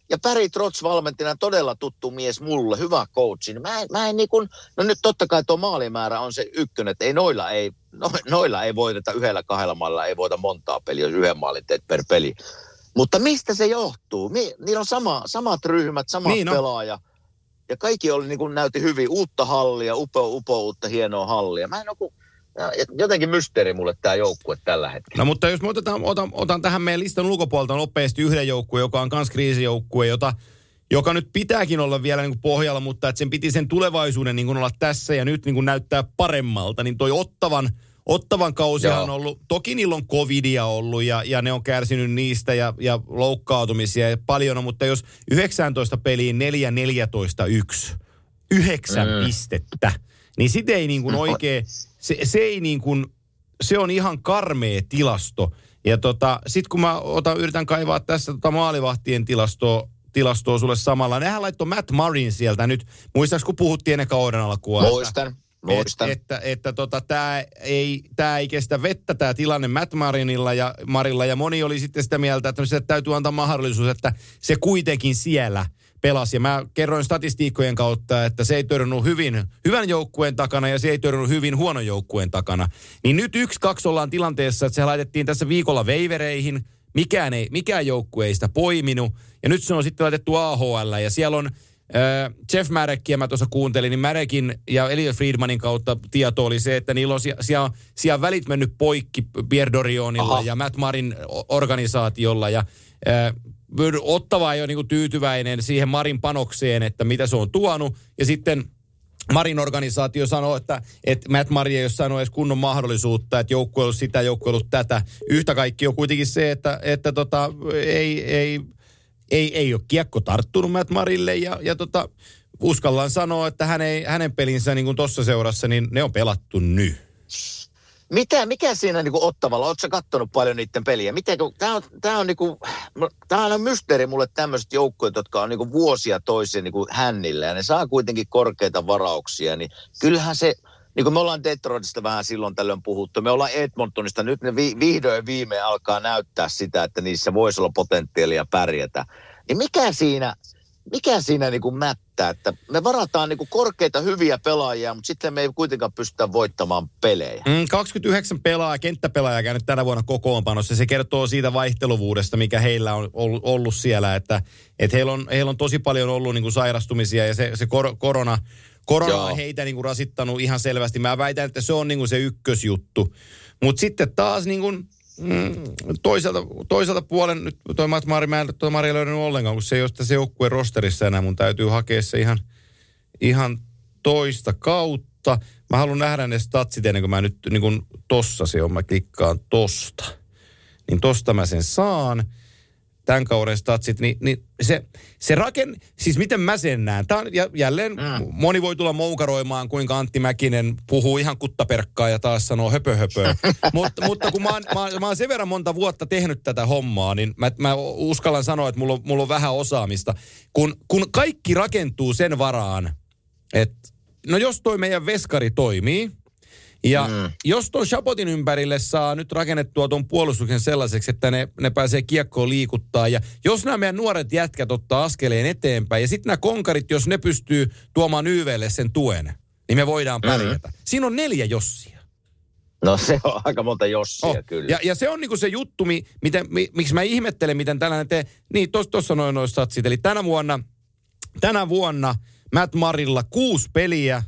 Ja Barry Trotz valmentina todella tuttu mies mulle, hyvä coachi. Mä en niin kuin, no nyt totta kai tuo maalimäärä on se ykkönen, että noilla ei voiteta 1-2 maalilla, ei voita montaa peliä, jos 1 maalin teet per peli. Mutta mistä se johtuu? Niillä on samat ryhmät, samat pelaaja. Ja kaikki oli niin kuin näytti hyvin, uutta hallia, uutta hienoa hallia. Mä en ole jotenkin mysteeri mulle tämä joukkue tällä hetkellä. No mutta jos me otan tähän meidän listan ulkopuolelta nopeasti yhden joukkueen, joka on kans kriisijoukkue, joka nyt pitääkin olla vielä niin kuin pohjalla, mutta että sen piti sen tulevaisuuden niin kuin olla tässä ja nyt niin kuin näyttää paremmalta, niin toi Ottavan kausihan on ollut, toki niillä on covidia ollut ja ne on kärsinyt niistä ja loukkaantumisia ja paljon, mutta jos 19 peliin 4-14-1, 9 pistettä, niin sit ei niin kuin oikein, se ei niin kuin, se on ihan karmea tilasto. Ja sit kun mä yritän kaivaa tässä maalivahtien tilastoa sulle samalla, nehän laittoi Matt Murrayn sieltä nyt, muistaaks kun puhuttiin ennen kauden alkua? Muistan. Että tää ei kestä vettä tää tilanne Matt Marilla ja moni oli sitten sitä mieltä, että se täytyy antaa mahdollisuus, että se kuitenkin siellä pelasi. Ja mä kerroin statistiikkojen kautta, että se ei törnnyt hyvän joukkueen takana ja se ei törnnyt hyvin huonon joukkueen takana. Niin nyt 1-2 ollaan tilanteessa, että se laitettiin tässä viikolla veivereihin. Mikään joukkue ei sitä poiminut. Ja nyt se on sitten laitettu AHL ja siellä on Jeff Mareckia mä tuossa kuuntelin, niin Mareckin ja Elliot Friedmanin kautta tieto oli se, että niillä on siellä välit mennyt poikki Pierre Dorionilla ja Matt Marin organisaatiolla ja Ottava ei ole niinku tyytyväinen siihen Marin panokseen, että mitä se on tuonut ja sitten Marin organisaatio sanoo, että Matt Mari ei ole saanut edes kunnon mahdollisuutta, että joukkue on ollut sitä, joukkue on ollut tätä. Yhtä kaikki on kuitenkin se, että ei ole kiekko tarttunut Matt Marille ja uskallan sanoa, että hänen pelinsä niin kuin tuossa seurassa, niin ne on pelattu nyt. Mikä siinä niin kuin Ottavalla? Oletko sä kattonut paljon niiden peliä? Tämä on mysteeri mulle tämmöiset joukkueet, jotka on niin kuin vuosia toisia niin kuin hännillä ja ne saa kuitenkin korkeita varauksia, niin kyllähän se, niin kuin me ollaan Detroitista vähän silloin tällöin puhuttu, me ollaan Edmontonista, nyt ne vihdoin viimein alkaa näyttää sitä, että niissä voisi olla potentiaalia pärjätä. Niin mikä siinä niin kuin mättää, että me varataan niin kuin korkeita hyviä pelaajia, mutta sitten me ei kuitenkaan pystytä voittamaan pelejä. 29 kenttäpelaajaa käynyt tänä vuonna kokoonpanossa. Se kertoo siitä vaihteluvuudesta, mikä heillä on ollut siellä, että heillä on tosi paljon ollut niin kuin sairastumisia ja se korona on heitä niin kuin rasittanut ihan selvästi. Mä väitän, että se on niin kuin se ykkösjuttu. Mutta sitten taas niin kuin toiselta puolen, nyt toi Mari, mä en Mari löydänyt ollenkaan, kun se ei ole tässä joukkueen rosterissa enää. Mun täytyy hakea se ihan toista kautta. Mä haluan nähdä ne statsit ennen kuin mä nyt niin kuin tossa se on, mä klikkaan tosta. Niin tosta mä sen saan. Tämän kauden statsit, niin siis miten mä sen näen? Tämä on jälleen, moni voi tulla moukaroimaan, kuinka Antti Mäkinen puhuu ihan kuttaperkkaa ja taas sanoo höpö. mutta kun mä oon sen verran monta vuotta tehnyt tätä hommaa, niin mä uskallan sanoa, että mulla on vähän osaamista. Kun kaikki rakentuu sen varaan, että no jos toi meidän veskari toimii, ja jos tuon Chapotin ympärille saa nyt rakennettua tuon puolustuksen sellaiseksi, että ne pääsee kiekkoon liikuttaa. Ja jos nämä meidän nuoret jätkät ottaa askeleen eteenpäin ja sitten nämä konkarit, jos ne pystyy tuomaan YVlle sen tuen, niin me voidaan pärjätä. Siinä on 4 jossia. No se on aika monta jossia kyllä. Ja se on niinku se juttu, miksi mä ihmettelen, miten tällainen niin tuossa noin satsit. Eli tänä vuonna Matt Marilla 6 peliä,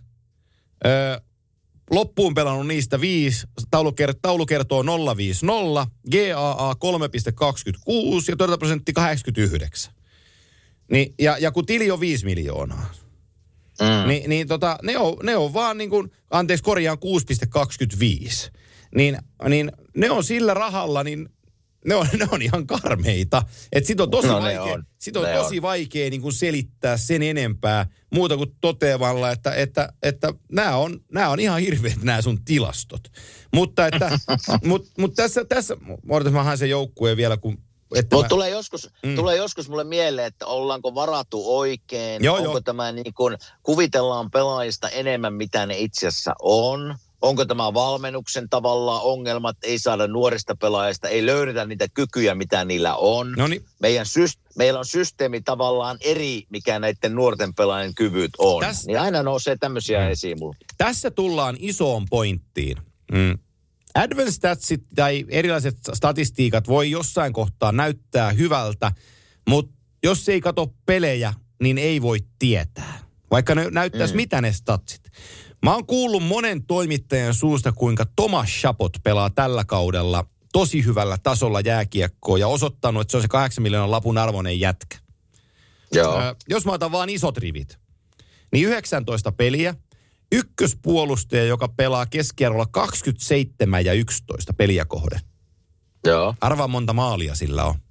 loppuun pelannut niistä 5, taulu kertoo 0-5-0, GAA 3,26 ja torjuntaprosentti 89. Niin, ja kun tili on 5 miljoonaa, niin ne on vaan niin kuin, korjaan 6,25. Niin ne on sillä rahalla, niin ne on ihan karmeita. Että sit on tosi vaikea niin kuin selittää sen enempää muuta kuin toteamalla, että nämä on ihan hirveät nämä sun tilastot. Mutta tässä odotas mä haen sen joukkueen vielä, kun tulee joskus mulle mieleen, että ollaanko varattu oikein, onko tämä niin kuin, kuvitellaan pelaajista enemmän, mitä ne itse asiassa on, Onko tämä valmennuksen tavallaan ongelmat, ei saada nuorista pelaajista, ei löydetä niitä kykyjä, mitä niillä on. Noniin. Meillä on systeemi tavallaan eri, mikä näiden nuorten pelaajien kyvyt on. Niin aina nousee tämmöisiä esiin mulle. Tässä tullaan isoon pointtiin. Advanced statsit tai erilaiset statistiikat voi jossain kohtaa näyttää hyvältä, mutta jos ei kato pelejä, niin ei voi tietää. Vaikka ne näyttäisi mitä ne statsit. Mä oon kuullut monen toimittajan suusta, kuinka Thomas Chabot pelaa tällä kaudella tosi hyvällä tasolla jääkiekkoa ja osoittanut, että se on se 8 miljoonan lapun arvoinen jätkä. Joo. Jos mä otan vaan isot rivit, niin 19 peliä, ykköspuolustaja, joka pelaa keskiarvolla 27 ja 11 peliä kohden. Joo. Arvaa monta maalia sillä on.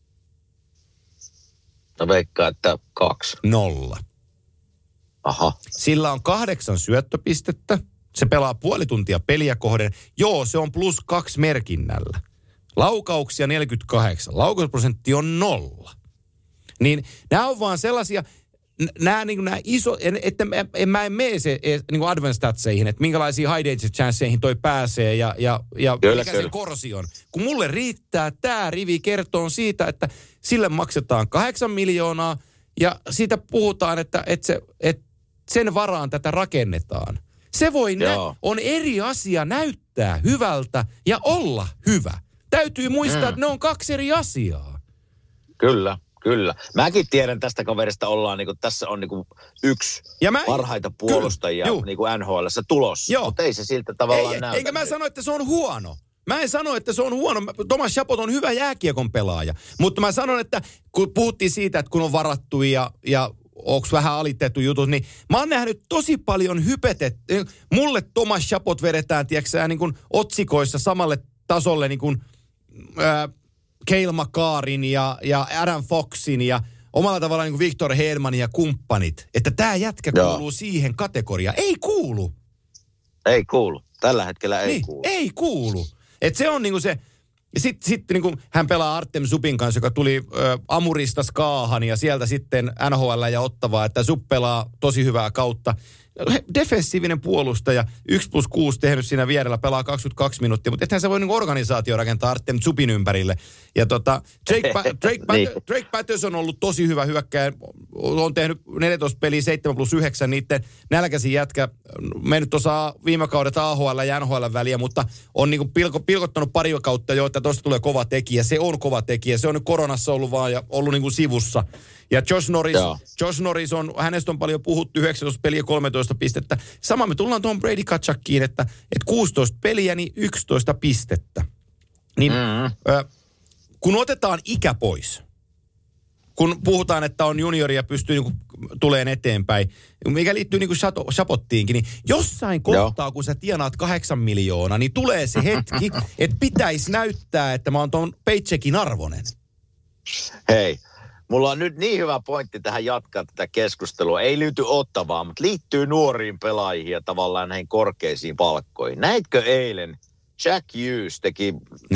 No veikkaa, että 2. 0. Aha. Sillä on 8 syöttöpistettä. Se pelaa puoli tuntia peliä kohden. Joo, se on +2 merkinnällä. Laukauksia 48. Laukausprosentti on 0. Niin nämä on vaan sellaisia, nämä iso, että mä en mene se niin advanced statseihin, että minkälaisiin high danger chanceihin toi pääsee ja mikä sen korsi on. Kun mulle riittää tämä rivi kertoo siitä, että sille maksetaan 8 miljoonaa ja siitä puhutaan, että sen varaan tätä rakennetaan. Se voi on eri asia näyttää hyvältä ja olla hyvä. Täytyy muistaa, että ne on 2 eri asiaa. Kyllä. Mäkin tiedän tästä kaverista ollaan, niin kuin, tässä on niin kuin yksi parhaita puolustajia niin kuin NHL:ssä tulossa. Mutta ei se siltä tavallaan näytä. Enkä mä sano, että se on huono. Mä en sano, että se on huono. Thomas Chabot on hyvä jääkiekon pelaaja. Mutta mä sanon, että kun puhuttiin siitä, että kun on varattu ja onko vähän alitettu jutut, niin mä oon nähnyt tosi paljon hypetetty. Mulle Thomas Chabot vedetään, tiedätkö niin kuin otsikoissa samalle tasolle niin kuin Cale Makarin ja Adam Foxin ja omalla tavallaan niin kuin Victor Hedmanin ja kumppanit. Että tää jätkä kuuluu siihen kategoriaan. Ei kuulu. Ei kuulu. Tällä hetkellä ei kuulu. Ei kuulu. Että se on niinku se. Ja sitten niinku hän pelaa Artem Zubin kanssa, joka tuli Amurista Skaahan ja sieltä sitten NHL ja Ottavaa, että Zub pelaa tosi hyvää kautta. Defensiivinen puolustaja, 1+6 tehnyt siinä vierellä, pelaa 22 minuuttia, mutta ethän se voi niinku organisaatio rakentaa Artem Zubin ympärille. Ja Drake Patterson on ollut tosi hyvä hyökkääjä, on tehnyt 14 peliä 7+9, niiden nälkäisin jätkä, mennyt osaa viime kaudet AHL ja NHL väliä, mutta on niinku pilkottanut pari kautta jo, että tosta tulee kova tekijä. Se on kova tekijä, se on nyt koronassa ollut vaan ja ollut niinku sivussa. Ja Josh Norris on, hänestä on paljon puhuttu, 19 peliä 13 pistettä. Sama me tullaan tuohon Brady Tkachukkiin, että 16 peliä, niin 11 pistettä. Niin kun otetaan ikä pois, kun puhutaan, että on juniori ja pystyy niinku tuleen eteenpäin, mikä liittyy niinku Chabottiinkin, niin jossain kohtaa, kun sä tienaat 8 miljoonaa, niin tulee se hetki, että pitäisi näyttää, että mä oon tuon paycheckin arvoinen. Hei. Mulla on nyt niin hyvä pointti tähän jatkaa tätä keskustelua. Ei liity Ottavaan, mutta liittyy nuoriin pelaajiin ja tavallaan näihin korkeisiin palkkoihin. Näitkö eilen Jack Hughes teki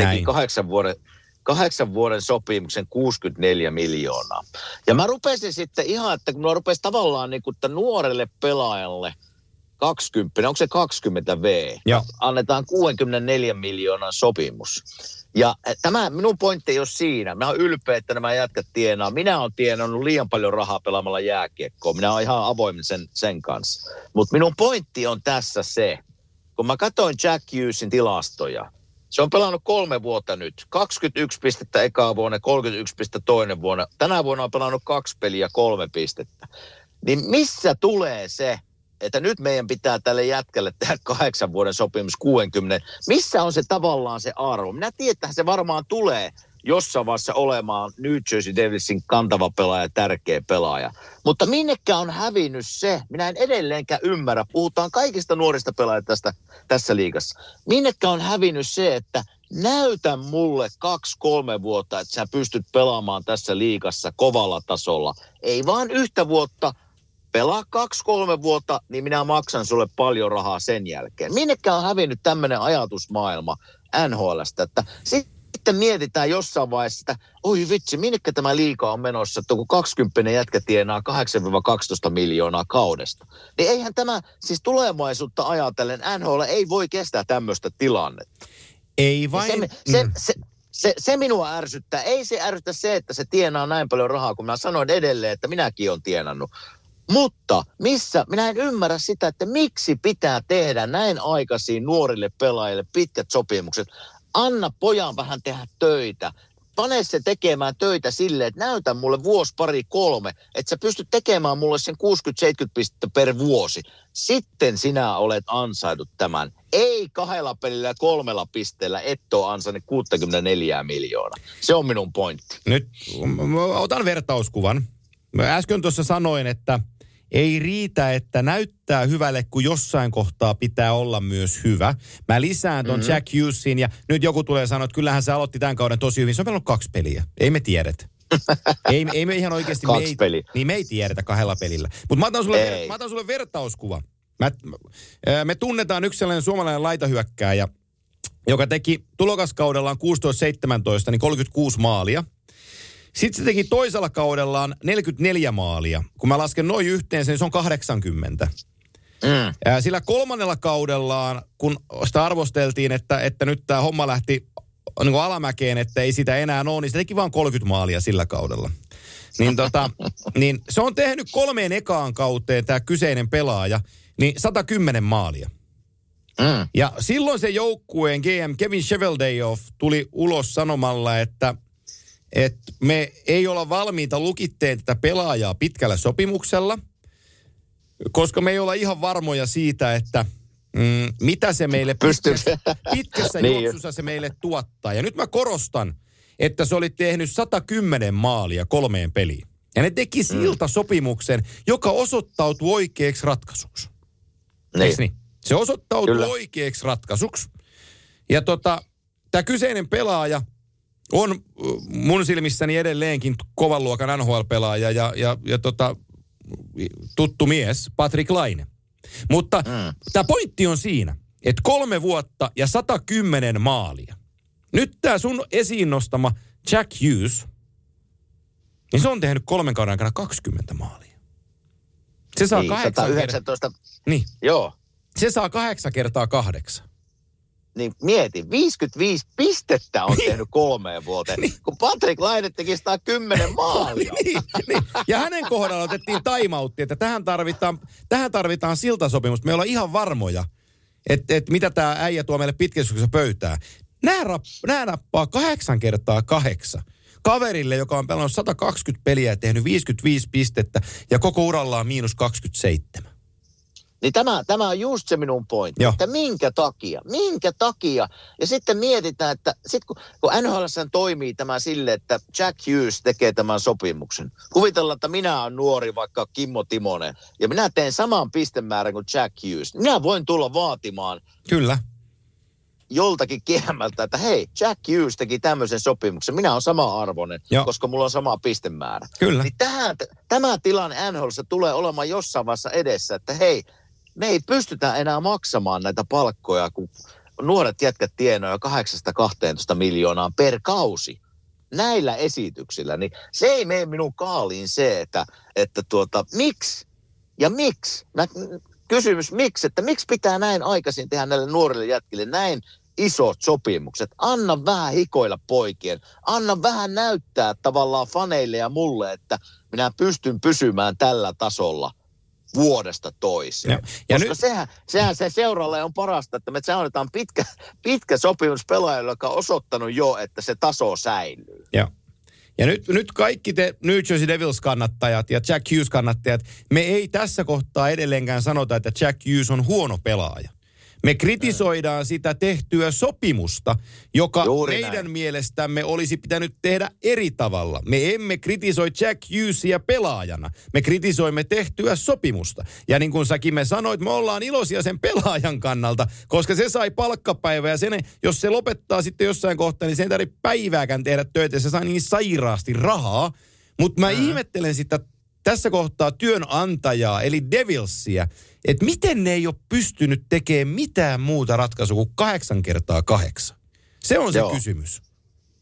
8 vuoden sopimuksen 64 miljoonaa. Ja mä rupesin sitten ihan, että kun mä rupesin tavallaan niin kuin nuorelle pelaajalle 20, onko se 20 V? Joo. Annetaan 64 miljoonan sopimus. Ja tämä minun pointti ei ole siinä. Mä oon ylpeä, että nämä jätkät tienaa. Minä oon tienannut liian paljon rahaa pelaamalla jääkiekkoa. Minä oon ihan avoimen sen kanssa. Mutta minun pointti on tässä se, kun mä katsoin Jack Hughesin tilastoja, se on pelannut 3 vuotta nyt. 21 pistettä ekaa vuonna, 31 pistettä toinen vuonna. Tänä vuonna on pelannut 2 peliä 3 pistettä. Niin missä tulee se, että nyt meidän pitää tälle jätkälle tehdä 8 vuoden sopimus 60. Missä on se tavallaan se arvo? Minä tiedän, että se varmaan tulee jossain vaiheessa olemaan New Jersey Devilsin kantava pelaaja, tärkeä pelaaja. Mutta minnekään on hävinnyt se, minä en edelleenkään ymmärrä, puhutaan kaikista nuorista pelaajista tässä liigassa. Minnekään on hävinnyt se, että näytä mulle 2-3 vuotta, että sä pystyt pelaamaan tässä liigassa kovalla tasolla. Ei vaan yhtä vuotta, pelaa 2-3 vuotta, niin minä maksan sulle paljon rahaa sen jälkeen. Minnekään on hävinnyt tämmöinen ajatusmaailma NHL:stä, että sitten sitten mietitään jossain vaiheessa, että oi vitsi, minnekä tämä liiga on menossa, että kun 20 jätkä tienaa 8-12 miljoonaa kaudesta. Niin eihän tämä, siis tulevaisuutta ajatellen, NHL ei voi kestää tämmöistä tilannetta. Ei vain... Se minua ärsyttää. Ei se ärsytä se, että se tienaa näin paljon rahaa, kun mä sanoin edelleen, että minäkin olen tienannut. Mutta minä en ymmärrä sitä, että miksi pitää tehdä näin aikaisiin nuorille pelaajille pitkät sopimukset. Anna pojan vähän tehdä töitä. Pane se tekemään töitä silleen, että näytä mulle vuosi, pari, 3, että sä pystyt tekemään mulle sen 60-70 pistettä per vuosi. Sitten sinä olet ansaidut tämän. Ei 2 pelillä ja 3 pisteellä et ole ansainnut 64 miljoonaa. Se on minun pointti. Nyt otan vertauskuvan. Mä äsken tuossa sanoin, että ei riitä, että näyttää hyvälle, kun jossain kohtaa pitää olla myös hyvä. Mä lisään ton Jack Hughesin ja nyt joku tulee sanoa, että kyllähän se aloitti tämän kauden tosi hyvin. Se on pelannut 2 peliä. Ei me tiedetä. ei me ihan oikeasti... 2 peliä. Niin me ei tiedetä 2 pelillä. Mutta mä otan sulle vertauskuva. Me tunnetaan yksi sellainen suomalainen laitahyökkääjä, joka teki tulokaskaudellaan 16-17 niin 36 maalia. Sitten se teki toisella kaudellaan 44 maalia. Kun mä lasken noin yhteensä, niin se on 80. Sillä 3. kaudellaan, kun sitä arvosteltiin, että nyt tämä homma lähti niin kuin alamäkeen, että ei sitä enää ole, niin se teki vaan 30 maalia sillä kaudella. Niin se on tehnyt 3 ekaan kauteen tämä kyseinen pelaaja, niin 110 maalia. Ja silloin se joukkueen GM Kevin Cheveldayoff tuli ulos sanomalla, että me ei olla valmiita lukitteen tätä pelaajaa pitkällä sopimuksella, koska me ei olla ihan varmoja siitä, että mitä se meille pitkässä juoksussa se meille tuottaa. Ja nyt mä korostan, että se oli tehnyt 110 maalia 3 peliin. Ja ne teki siltä sopimuksen, joka osoittautui oikeaksi ratkaisuksi. Niin. Se osoittautui oikeaksi ratkaisuksi. Ja tämä kyseinen pelaaja on mun silmissäni edelleenkin kovan luokan NHL-pelaaja ja tuttu mies, Patrick Laine. Mutta tämä pointti on siinä, että 3 vuotta ja 110 maalia. Nyt tämä sun esiin nostama Jack Hughes, niin se on tehnyt 3 kauden aikana 20 maalia. Se saa 119. Niin. Joo. Se saa 8 kertaa 8. Niin mieti, 55 pistettä on tehnyt 3 vuoteen, kun Patrick Laine teki 110 maalia. niin. Ja hänen kohdalla otettiin timeoutti, että tähän tarvitaan siltasopimusta. Me ollaan ihan varmoja, että mitä tämä äijä tuo meille pitkässä pöytään. Nämä nappaa 8 kertaa 8. Kaverille, joka on pelannut 120 peliä ja tehnyt 55 pistettä ja koko urallaan -27. Niin tämä on just se minun pointti, että minkä takia. Ja sitten mietitään, että kun NHL:ssä toimii tämä sille, että Jack Hughes tekee tämän sopimuksen. Kuvitellaan, että minä olen nuori, vaikka Kimmo Timonen, ja minä teen saman pistemäärän kuin Jack Hughes. Minä voin tulla vaatimaan joltakin kiemältä, että hei, Jack Hughes teki tämmöisen sopimuksen. Minä olen sama-arvoinen, koska mulla on sama pistemäärä. Kyllä. Niin tämä tilanne NHL:ssä tulee olemaan jossain vaiheessa edessä, että hei, me ei pystytä enää maksamaan näitä palkkoja, kun nuoret jätkät tienaa jo 8-12 miljoonaa per kausi. Näillä esityksillä, niin se ei mene minun kaaliin se, että miksi? Ja miksi? Kysymys miksi, että miksi pitää näin aikaisin tehdä näille nuorille jätkille näin isot sopimukset? Anna vähän hikoilla poikien. Anna vähän näyttää tavallaan faneille ja mulle, että minä pystyn pysymään tällä tasolla vuodesta toiseen. Ja koska sehän se seuralle on parasta, että me annetaan pitkä sopimus pelaajalle, joka on osoittanut jo, että se taso säilyy. Ja nyt kaikki te New Jersey Devils-kannattajat ja Jack Hughes-kannattajat, me ei tässä kohtaa edelleenkään sanota, että Jack Hughes on huono pelaaja. Me kritisoidaan sitä tehtyä sopimusta, joka meidän mielestämme olisi pitänyt tehdä eri tavalla. Me emme kritisoi Jack Hughesia pelaajana. Me kritisoimme tehtyä sopimusta. Ja niin kuin säkin me sanoit, me ollaan iloisia sen pelaajan kannalta, koska se sai palkkapäivä ja jos se lopettaa sitten jossain kohtaa, niin se ei tarvitse päivääkään tehdä töitä. Se saa niin sairaasti rahaa. Mutta mä ihmettelen sitä tässä kohtaa työnantajaa, eli Devilsia, että miten ne ei ole pystynyt tekemään mitään muuta ratkaisua kuin 8 kertaa 8. Se on se kysymys.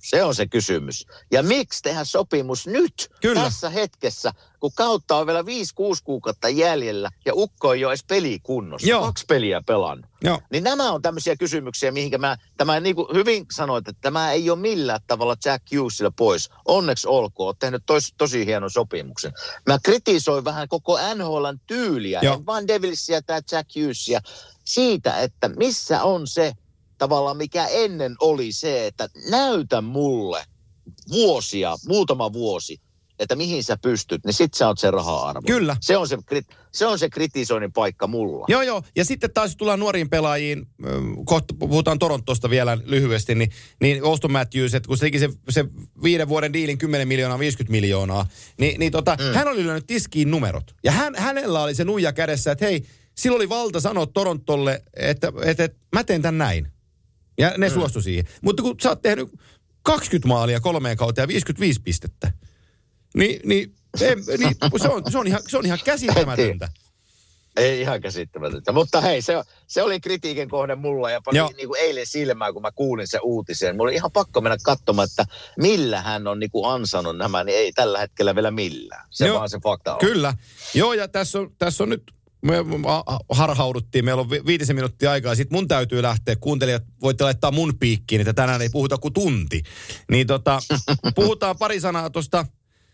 Se on se kysymys. Ja miksi tehdä sopimus nyt, tässä hetkessä, kun kautta on vielä 5-6 kuukautta jäljellä ja ukko ei ole edes pelikunnossa. Joo. 2 peliä pelannut. Joo. Niin nämä on tämmöisiä kysymyksiä, mihinkä tämä niin kuin hyvin sanoit, että tämä ei ole millään tavalla Jack Hughesilla pois. Onneksi olkoon, olet tehnyt tosi hienon sopimuksen. Mä kritisoin vähän koko NHL:n tyyliä, en vaan Devilsia tai Jack Hughesia, siitä, että missä on se tavallaan mikä ennen oli se, että näytä mulle muutama vuosi, että mihin sä pystyt, niin sit sä oot se raha-arvo. Kyllä. Se on se kritisoinnin paikka mulla. Joo. Ja sitten taas tullaan nuoriin pelaajiin, kohta puhutaan Torontosta vielä lyhyesti, niin Auston Matthews, että kun se teki se 5 vuoden diilin 10 miljoonaa, 50 miljoonaa, hän oli lyönyt tiskiin numerot. Ja hänellä oli se nuija kädessä, että hei, sillä oli valta sanoa Torontolle, että mä teen tän näin. Ja ne suostu siihen. Mutta kun sä oot tehnyt 20 maalia 3 kautta ja 55 pistettä, niin se on ihan käsittämätöntä. Ei ihan käsittämätöntä. Mutta hei, se oli kritiikin kohde mulla ja pani niin kuin eilen silmää, kun mä kuulin sen uutisen. Mulla oli ihan pakko mennä katsomaan, että millä hän on niin kuin ansannut nämä, niin ei tällä hetkellä vielä millään. Vaan se fakta on. Kyllä. Joo, ja tässä on nyt me harhauduttiin, meillä on 5 minuuttia aikaa, sitten mun täytyy lähteä, kuuntelijat voitte laittaa mun piikkiin, että tänään ei puhuta kuin tunti. Niin puhutaan pari sanaa tuosta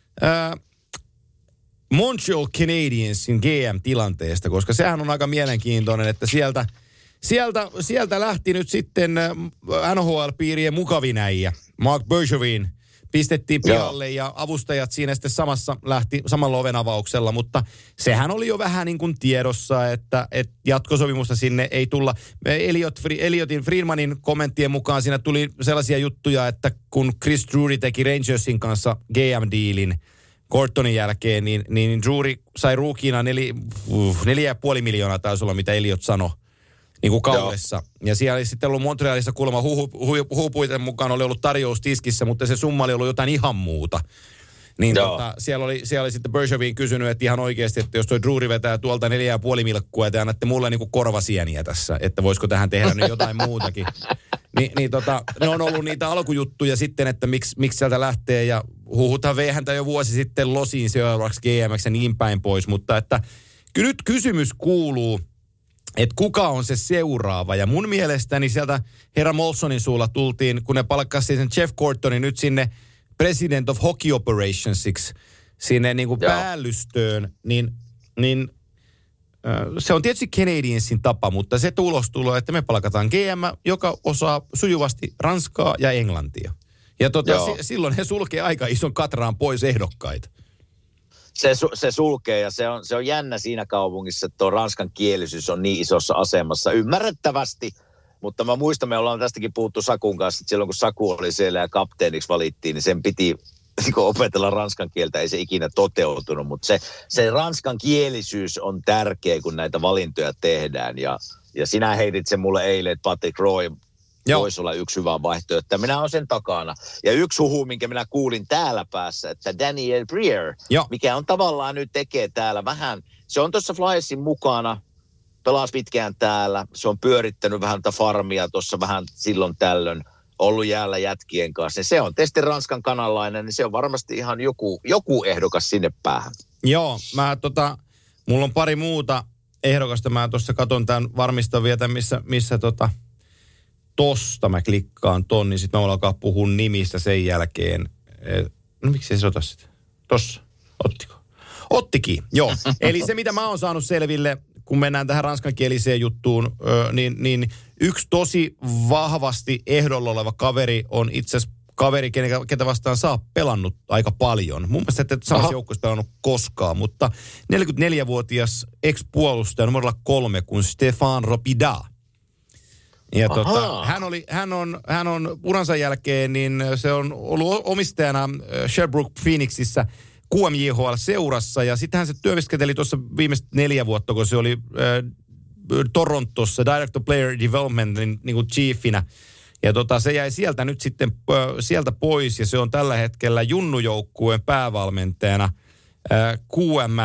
Montreal Canadiensin GM-tilanteesta, koska sehän on aika mielenkiintoinen, että sieltä lähti nyt sitten NHL-piirien mukavin äijä, Mark Bergevin, pistettiin pihalle ja avustajat siinä sitten lähti samalla ovenavauksella, mutta sehän oli jo vähän niin kuin tiedossa, että jatkosopimusta sinne ei tulla. Elliotin Friedmanin kommenttien mukaan siinä tuli sellaisia juttuja, että kun Chris Drury teki Rangersin kanssa GM-diilin Gortonin jälkeen, niin Drury sai ruukiina 4,5 miljoonaa taisi olla, mitä Elliot sanoi. Niin kuin kaudessa. Ja siellä oli sitten ollut Montrealissa kuulemma huhupuiden mukaan oli ollut tarjous tiskissä, mutta se summa oli ollut jotain ihan muuta. Niin siellä oli sitten Bergevin kysynyt, että ihan oikeasti, että jos toi Drury vetää tuolta 4,5 milkkua, että annatte mulle niin kuin korvasieniä tässä, että voisiko tähän tehdä nyt jotain muutakin. Ne on ollut niitä alkujuttuja sitten, että miksi sieltä lähtee ja huhuthan vei häntä jo vuosi sitten Losiin seuraavaksi GMX ja niin päin pois, mutta että nyt kysymys kuuluu, että kuka on se seuraava. Ja mun mielestäni sieltä herra Molsonin suulla tultiin, kun ne palkkasivat sen Jeff Gortonin nyt sinne President of Hockey Operationsiksi, sinne niin kuin päällystöön, niin se on tietysti Canadiensin tapa, mutta se tulos tulee, että me palkataan GM, joka osaa sujuvasti ranskaa ja englantia. Ja silloin he sulkee aika ison katraan pois ehdokkaita. Se sulkee ja se on jännä siinä kaupungissa, että tuo ranskan kielisyys on niin isossa asemassa ymmärrettävästi. Mutta mä muistan, me ollaan tästäkin puhuttu Sakun kanssa, että silloin kun Saku oli siellä ja kapteeniksi valittiin, niin sen piti opetella ranskan kieltä, ei se ikinä toteutunut. Mutta se ranskan kielisyys on tärkeä, kun näitä valintoja tehdään. Ja sinä heitit sen mulle eilen, että Patrick Roy voisi olla yksi hyvä vaihtoehto. Minä olen sen takana. Ja yksi huhu, minkä minä kuulin täällä päässä, että Daniel Briere, mikä on tavallaan nyt tekee täällä vähän, se on tuossa Flyersin mukana, pelasi pitkään täällä, se on pyörittänyt vähän farmia tuossa vähän silloin tällöin, ollut jäällä jätkien kanssa. Se on tietysti Ranskan kanalainen, niin se on varmasti ihan joku ehdokas sinne päähän. Joo, mulla on pari muuta ehdokasta, mä tuossa katon tämän, varmistan vielä, missä tosta mä klikkaan ton, niin sitten mä alkaa puhua nimistä sen jälkeen. No miksi se ota sitä? Tossa. Ottiko? Ottikin, joo. Eli se, mitä mä oon saanut selville, kun mennään tähän ranskankieliseen juttuun, niin yksi tosi vahvasti ehdolla oleva kaveri on itse asiassa kaveri, ketä vastaan saa pelannut aika paljon. Mun mielestä et samassa joukkueessa pelannut koskaan, mutta 44-vuotias ex-puolustaja numerolla 3 kuin Stéphane Robidas. Ja hän on uransa jälkeen, niin se on ollut omistajana Sherbrooke Phoenixissä QMJHL-seurassa, ja sitten hän se työskenteli tuossa viimeiset 4 vuotta, kun se oli Torontossa Director Player Developmentin niin kuin chiefinä. Ja se jäi sieltä nyt sitten sieltä pois, ja se on tällä hetkellä junnujoukkueen päävalmentajana QM:n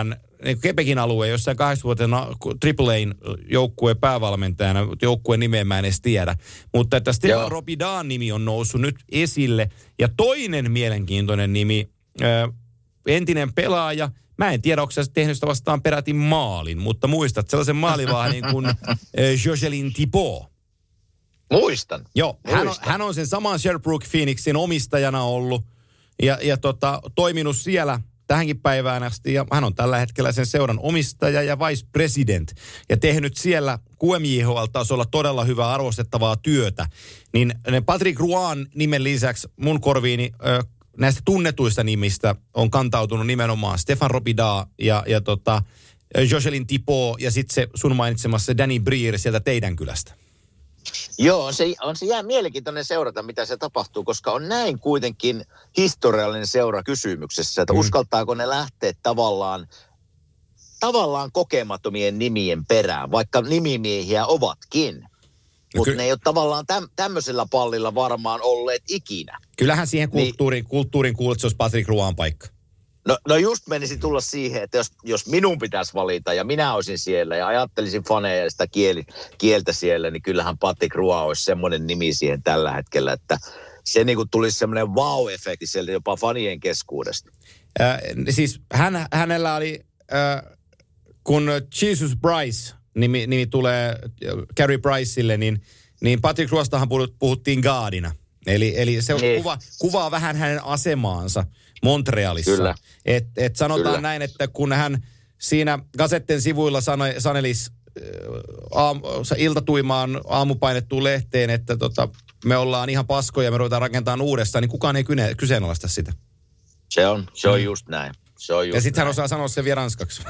Quebecin alueen jossain 8-vuotiaana AAA:n joukkueen päävalmentajana, joukkueen nimeä mä en edes tiedä. Mutta että Stefan Robidan nimi on noussut nyt esille. Ja toinen mielenkiintoinen nimi, entinen pelaaja, mä en tiedä, onko sä tehnyt sitä vastaan peräti maalin, mutta muistat sellaisen maalivahdin kuin Jocelyn Thibault. Muistan. Joo, hän on sen saman Sherbrooke Phoenixin omistajana ollut ja toiminut siellä tähänkin päivään asti. Ja hän on tällä hetkellä sen seuran omistaja ja vice president ja tehnyt siellä QMJHL-tasolla todella hyvää arvostettavaa työtä. Niin Patrick Royn nimen lisäksi mun korviini näistä tunnetuista nimistä on kantautunut nimenomaan Stefan Robidas ja Jocelyn Thibault ja sitten se sun mainitsemassa Danny Briere sieltä teidän kylästä. Joo, on se jää mielenkiintoinen seurata, mitä se tapahtuu, koska on näin kuitenkin historiallinen seura kysymyksessä, että uskaltaako ne lähteä tavallaan kokemattomien nimien perään, vaikka nimimiehiä ovatkin. Mutta ne ei ole tavallaan tämmöisellä pallilla varmaan olleet ikinä. Kyllähän siihen kulttuuriin kuulet, se olisi Patrick Royn paikka. No just menisi tulla siihen, että jos minun pitäisi valita ja minä olisin siellä ja ajattelisin faneja ja sitä kieltä siellä, niin kyllähän Patrick Roy olisi semmoinen nimi siihen tällä hetkellä, että se niin kuin tulisi semmoinen wow-efekti sieltä jopa fanien keskuudesta. Siis hänellä oli, kun Jesus Bryce nimi tulee Carey Priceille, niin Patrick Roystahan puhuttiin Guardina. Eli se kuvaa vähän hänen asemaansa Montrealissa. Kyllä. Et sanotaan Kyllä. näin, että kun hän siinä Gazetten sivuilla sanelisi iltatuimaan aamupainettuun lehteen, että me ollaan ihan paskoja ja me ruvetaan rakentamaan uudestaan, niin kukaan ei kyseenalaista sitä. Se on just näin. Ja sitten hän osaa sanoa sen vielä ranskaksi.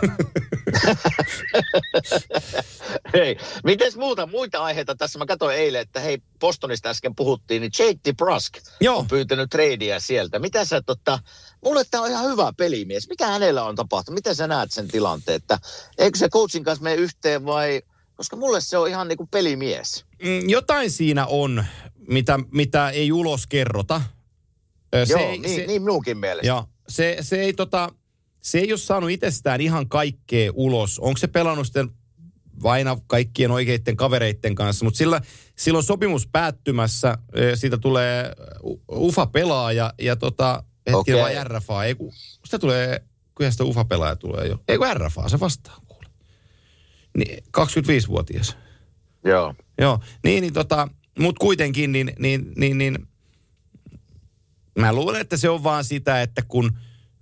Hei, mites muita aiheita tässä? Mä katsoin eilen, että hei, Bostonista äsken puhuttiin, niin Jake DeBrusk on pyytänyt tradea sieltä. Mitä sä mulle tää on ihan hyvä pelimies. Mikä hänellä on tapahtunut? Miten sä näet sen tilanteen? Että eikö se coachin kanssa mene yhteen vai? Koska mulle se on ihan niinku pelimies. Jotain siinä on, mitä ei ulos kerrota. Niin minunkin mielestä. Joo, se ei ole saanut itsestään ihan kaikkea ulos. Onko se pelannut sitten aina kaikkien oikeiden kavereiden kanssa, mutta silloin sopimus päättymässä, siitä tulee UFA-pelaaja ja hetkellä vai RFA. Sitä tulee, kyllä sitä UFA-pelaaja tulee jo. Ei kun RFA, se vastaa kuule. Niin, 25-vuotias. Joo. Joo, mutta kuitenkin, niin mä luulen, että se on vaan sitä, että kun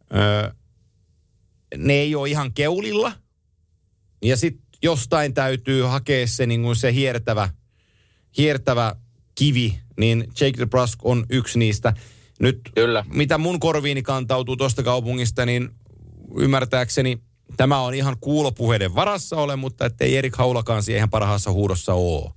ne ei ole ihan keulilla, ja sitten jostain täytyy hakea se, niin kuin se hiertävä kivi, niin Jake DeBrusk on yksi niistä. Nyt, Kyllä. mitä mun korviini kantautuu tuosta kaupungista, niin ymmärtääkseni tämä on ihan kuulopuheiden varassa ole, mutta ettei Erik Haulakaan siihen ihan parhaassa huudossa ole.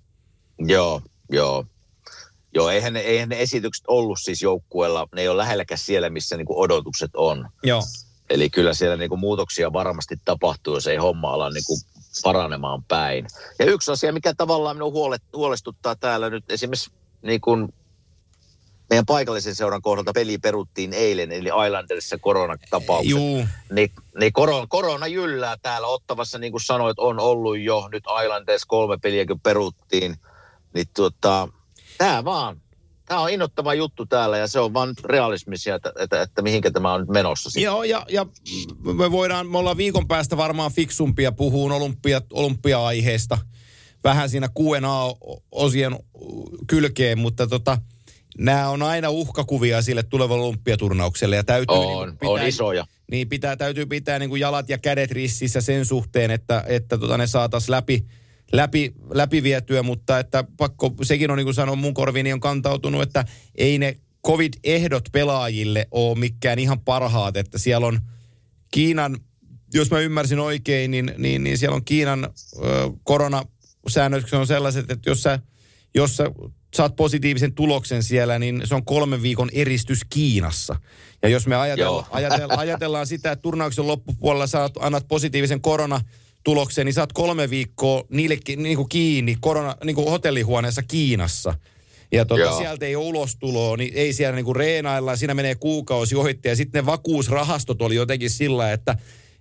Joo, eihän ne esitykset ollut siis joukkueella, ne ei ole lähelläkään siellä, missä niinku odotukset on. Joo. Eli kyllä siellä niinku muutoksia varmasti tapahtuu, jos ei homma ala niinku paranemaan päin. Ja yksi asia, mikä tavallaan minun huolestuttaa täällä nyt esimerkiksi niinku meidän paikallisen seuran kohdalta peli peruttiin eilen, eli Islandersissa koronatapaukset. Niin korona jyllää täällä Ottavassa, niin kuin sanoit, on ollut jo nyt Islanders 3 peliä, kun peruttiin. Niin Tämä on innoittava juttu täällä ja se on vaan realismisia, että mihinkä tämä on nyt menossa. Sitten. Joo, ja me ollaan viikon päästä varmaan fiksumpia puhuun olympia-aiheesta. Vähän siinä Q&A-osien kylkeen, mutta nämä on aina uhkakuvia sille tulevalle olympiaturnaukselle. Ja täytyy on isoja. Niin täytyy pitää niin kuin jalat ja kädet ristissä sen suhteen, että ne saataisiin läpi vietyä, mutta että pakko, sekin on niin kuin sanon mun korviini on kantautunut, että ei ne covid-ehdot pelaajille ole mikään ihan parhaat, että siellä on Kiinan, jos mä ymmärsin oikein, niin siellä on Kiinan koronasäännöt on sellaiset, että jos sä saat positiivisen tuloksen siellä, niin se on 3 viikon eristys Kiinassa. Ja jos me ajatellaan sitä, että turnauksen loppupuolella annat positiivisen koronatuloksen, niin saat 3 viikkoa niille niin kuin kiinni niin kuin hotellihuoneessa Kiinassa. Ja sieltä ei ole ulostuloa, niin ei siellä niin kuin reenailla, siinä menee kuukausi ohitte. Ja sitten ne vakuusrahastot oli jotenkin sillä, että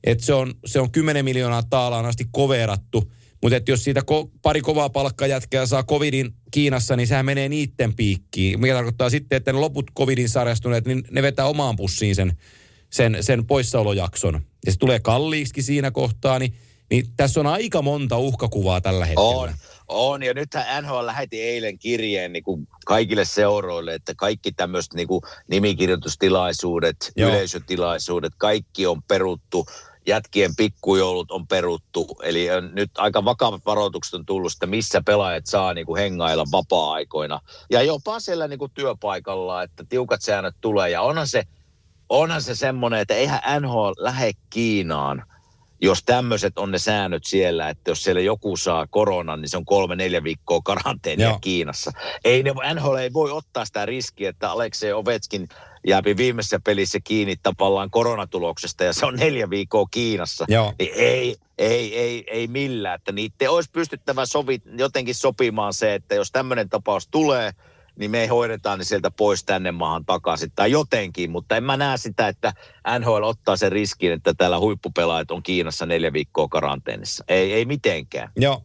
että se on 10 miljoonaa taalaan asti koverattu. Mutta jos siitä pari kovaa palkkajätkää saa covidin Kiinassa, niin sehän menee niitten piikkiin. Mikä tarkoittaa sitten, että ne loput covidin sarjastuneet, niin ne vetää omaan pussiin sen poissaolojakson. Ja se tulee kalliiksi siinä kohtaa, niin tässä on aika monta uhkakuvaa tällä hetkellä. On, ja nythän NHL lähetti eilen kirjeen niin kuin kaikille seuroille, että kaikki tämmöiset niin kuin nimikirjoitustilaisuudet, yleisötilaisuudet, kaikki on peruttu. Jätkien pikkujoulut on peruttu, eli nyt aika vakavat varoitukset on tullut, että missä pelaajat saa niin kuin hengailla vapaa-aikoina. Ja jopa siellä niin kuin työpaikalla, että tiukat säännöt tulee, ja onhan se semmoinen, että eihän NHL lähde Kiinaan, jos tämmöiset on ne säännöt siellä, että jos siellä joku saa koronan, niin se on 3-4 viikkoa karanteenia Kiinassa. NHL ei voi ottaa sitä riskiä, että Aleksei Ovechkin jääpi viimeisessä pelissä kiinni tavallaan koronatuloksesta ja se on 4 viikkoa Kiinassa. Niin ei millään, että niitä olisi pystyttävä jotenkin sopimaan se, että jos tämmöinen tapaus tulee, niin me hoidetaan ne sieltä pois tänne maahan takaisin tai jotenkin, mutta en mä näe sitä, että NHL ottaa sen riskin, että täällä huippupelaajat on Kiinassa 4 viikkoa karanteenissa. Ei mitenkään. Joo,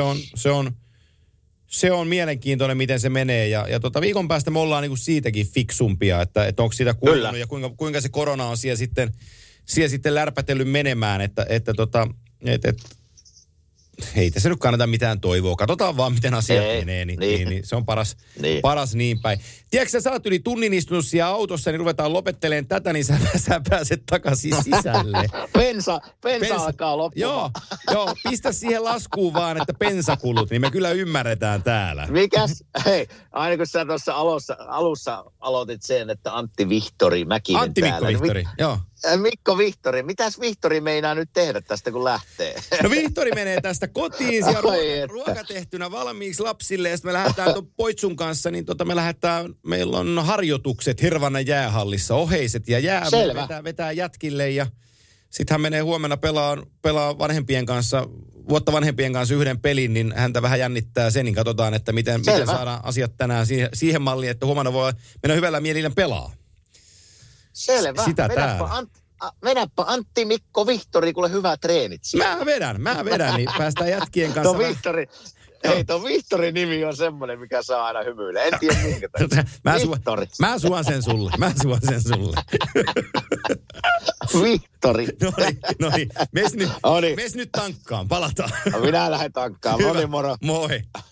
se on mielenkiintoinen, miten se menee ja viikon päästä me ollaan niinku siitäkin fiksumpia, että onko siitä kuulunut ja kuinka se korona on siellä sitten lärpätellyt menemään, että ei tässä nyt kannata mitään toivoa. Katsotaan vaan, miten asiat menee, niin se on paras niin päin. Tiedätkö, sä oot yli tunnin istunut siellä autossa, niin ruvetaan lopettelemaan tätä, niin sä pääset takaisin sisälle. Pensa alkaa loppumaan. Joo, pistä siihen laskuun vaan, että pensakulut, niin me kyllä ymmärretään täällä. Mikäs? Hei, aina kun sä tuossa alussa aloitit sen, että Antti Vihtori Mäkinen Antti täällä. Mikko Vihtori, joo. Mikko Vihtori, mitäs Vihtori meinaa nyt tehdä tästä, kun lähtee? No Vihtori menee tästä kotiin, siellä ruoka tehtynä valmiiksi lapsille, ja sitten me lähdetään tuon Poitsun kanssa, niin meillä on harjoitukset Hirvannan jäähallissa, oheiset ja vetää jätkille, ja sitten hän menee huomenna pelaa vuotta vanhempien kanssa yhden pelin, niin häntä vähän jännittää sen, niin katsotaan, että miten saadaan asiat tänään siihen malliin, että huomenna voi mennä hyvällä mielillä pelaa. Selvä. Sitä Vedäpä Antti Mikko Vihtori, kuule hyvät treenit. Mä vedän, niin päästään jätkien kanssa. Tuo Vihtori nimi on semmoinen, mikä saa aina hymyillä. En tiedä minkä takia. Mä suon sen sulle. Vihtori. No niin. Mes nyt tankkaan, palataan. Minä lähden tankkaan. Moro. Moi.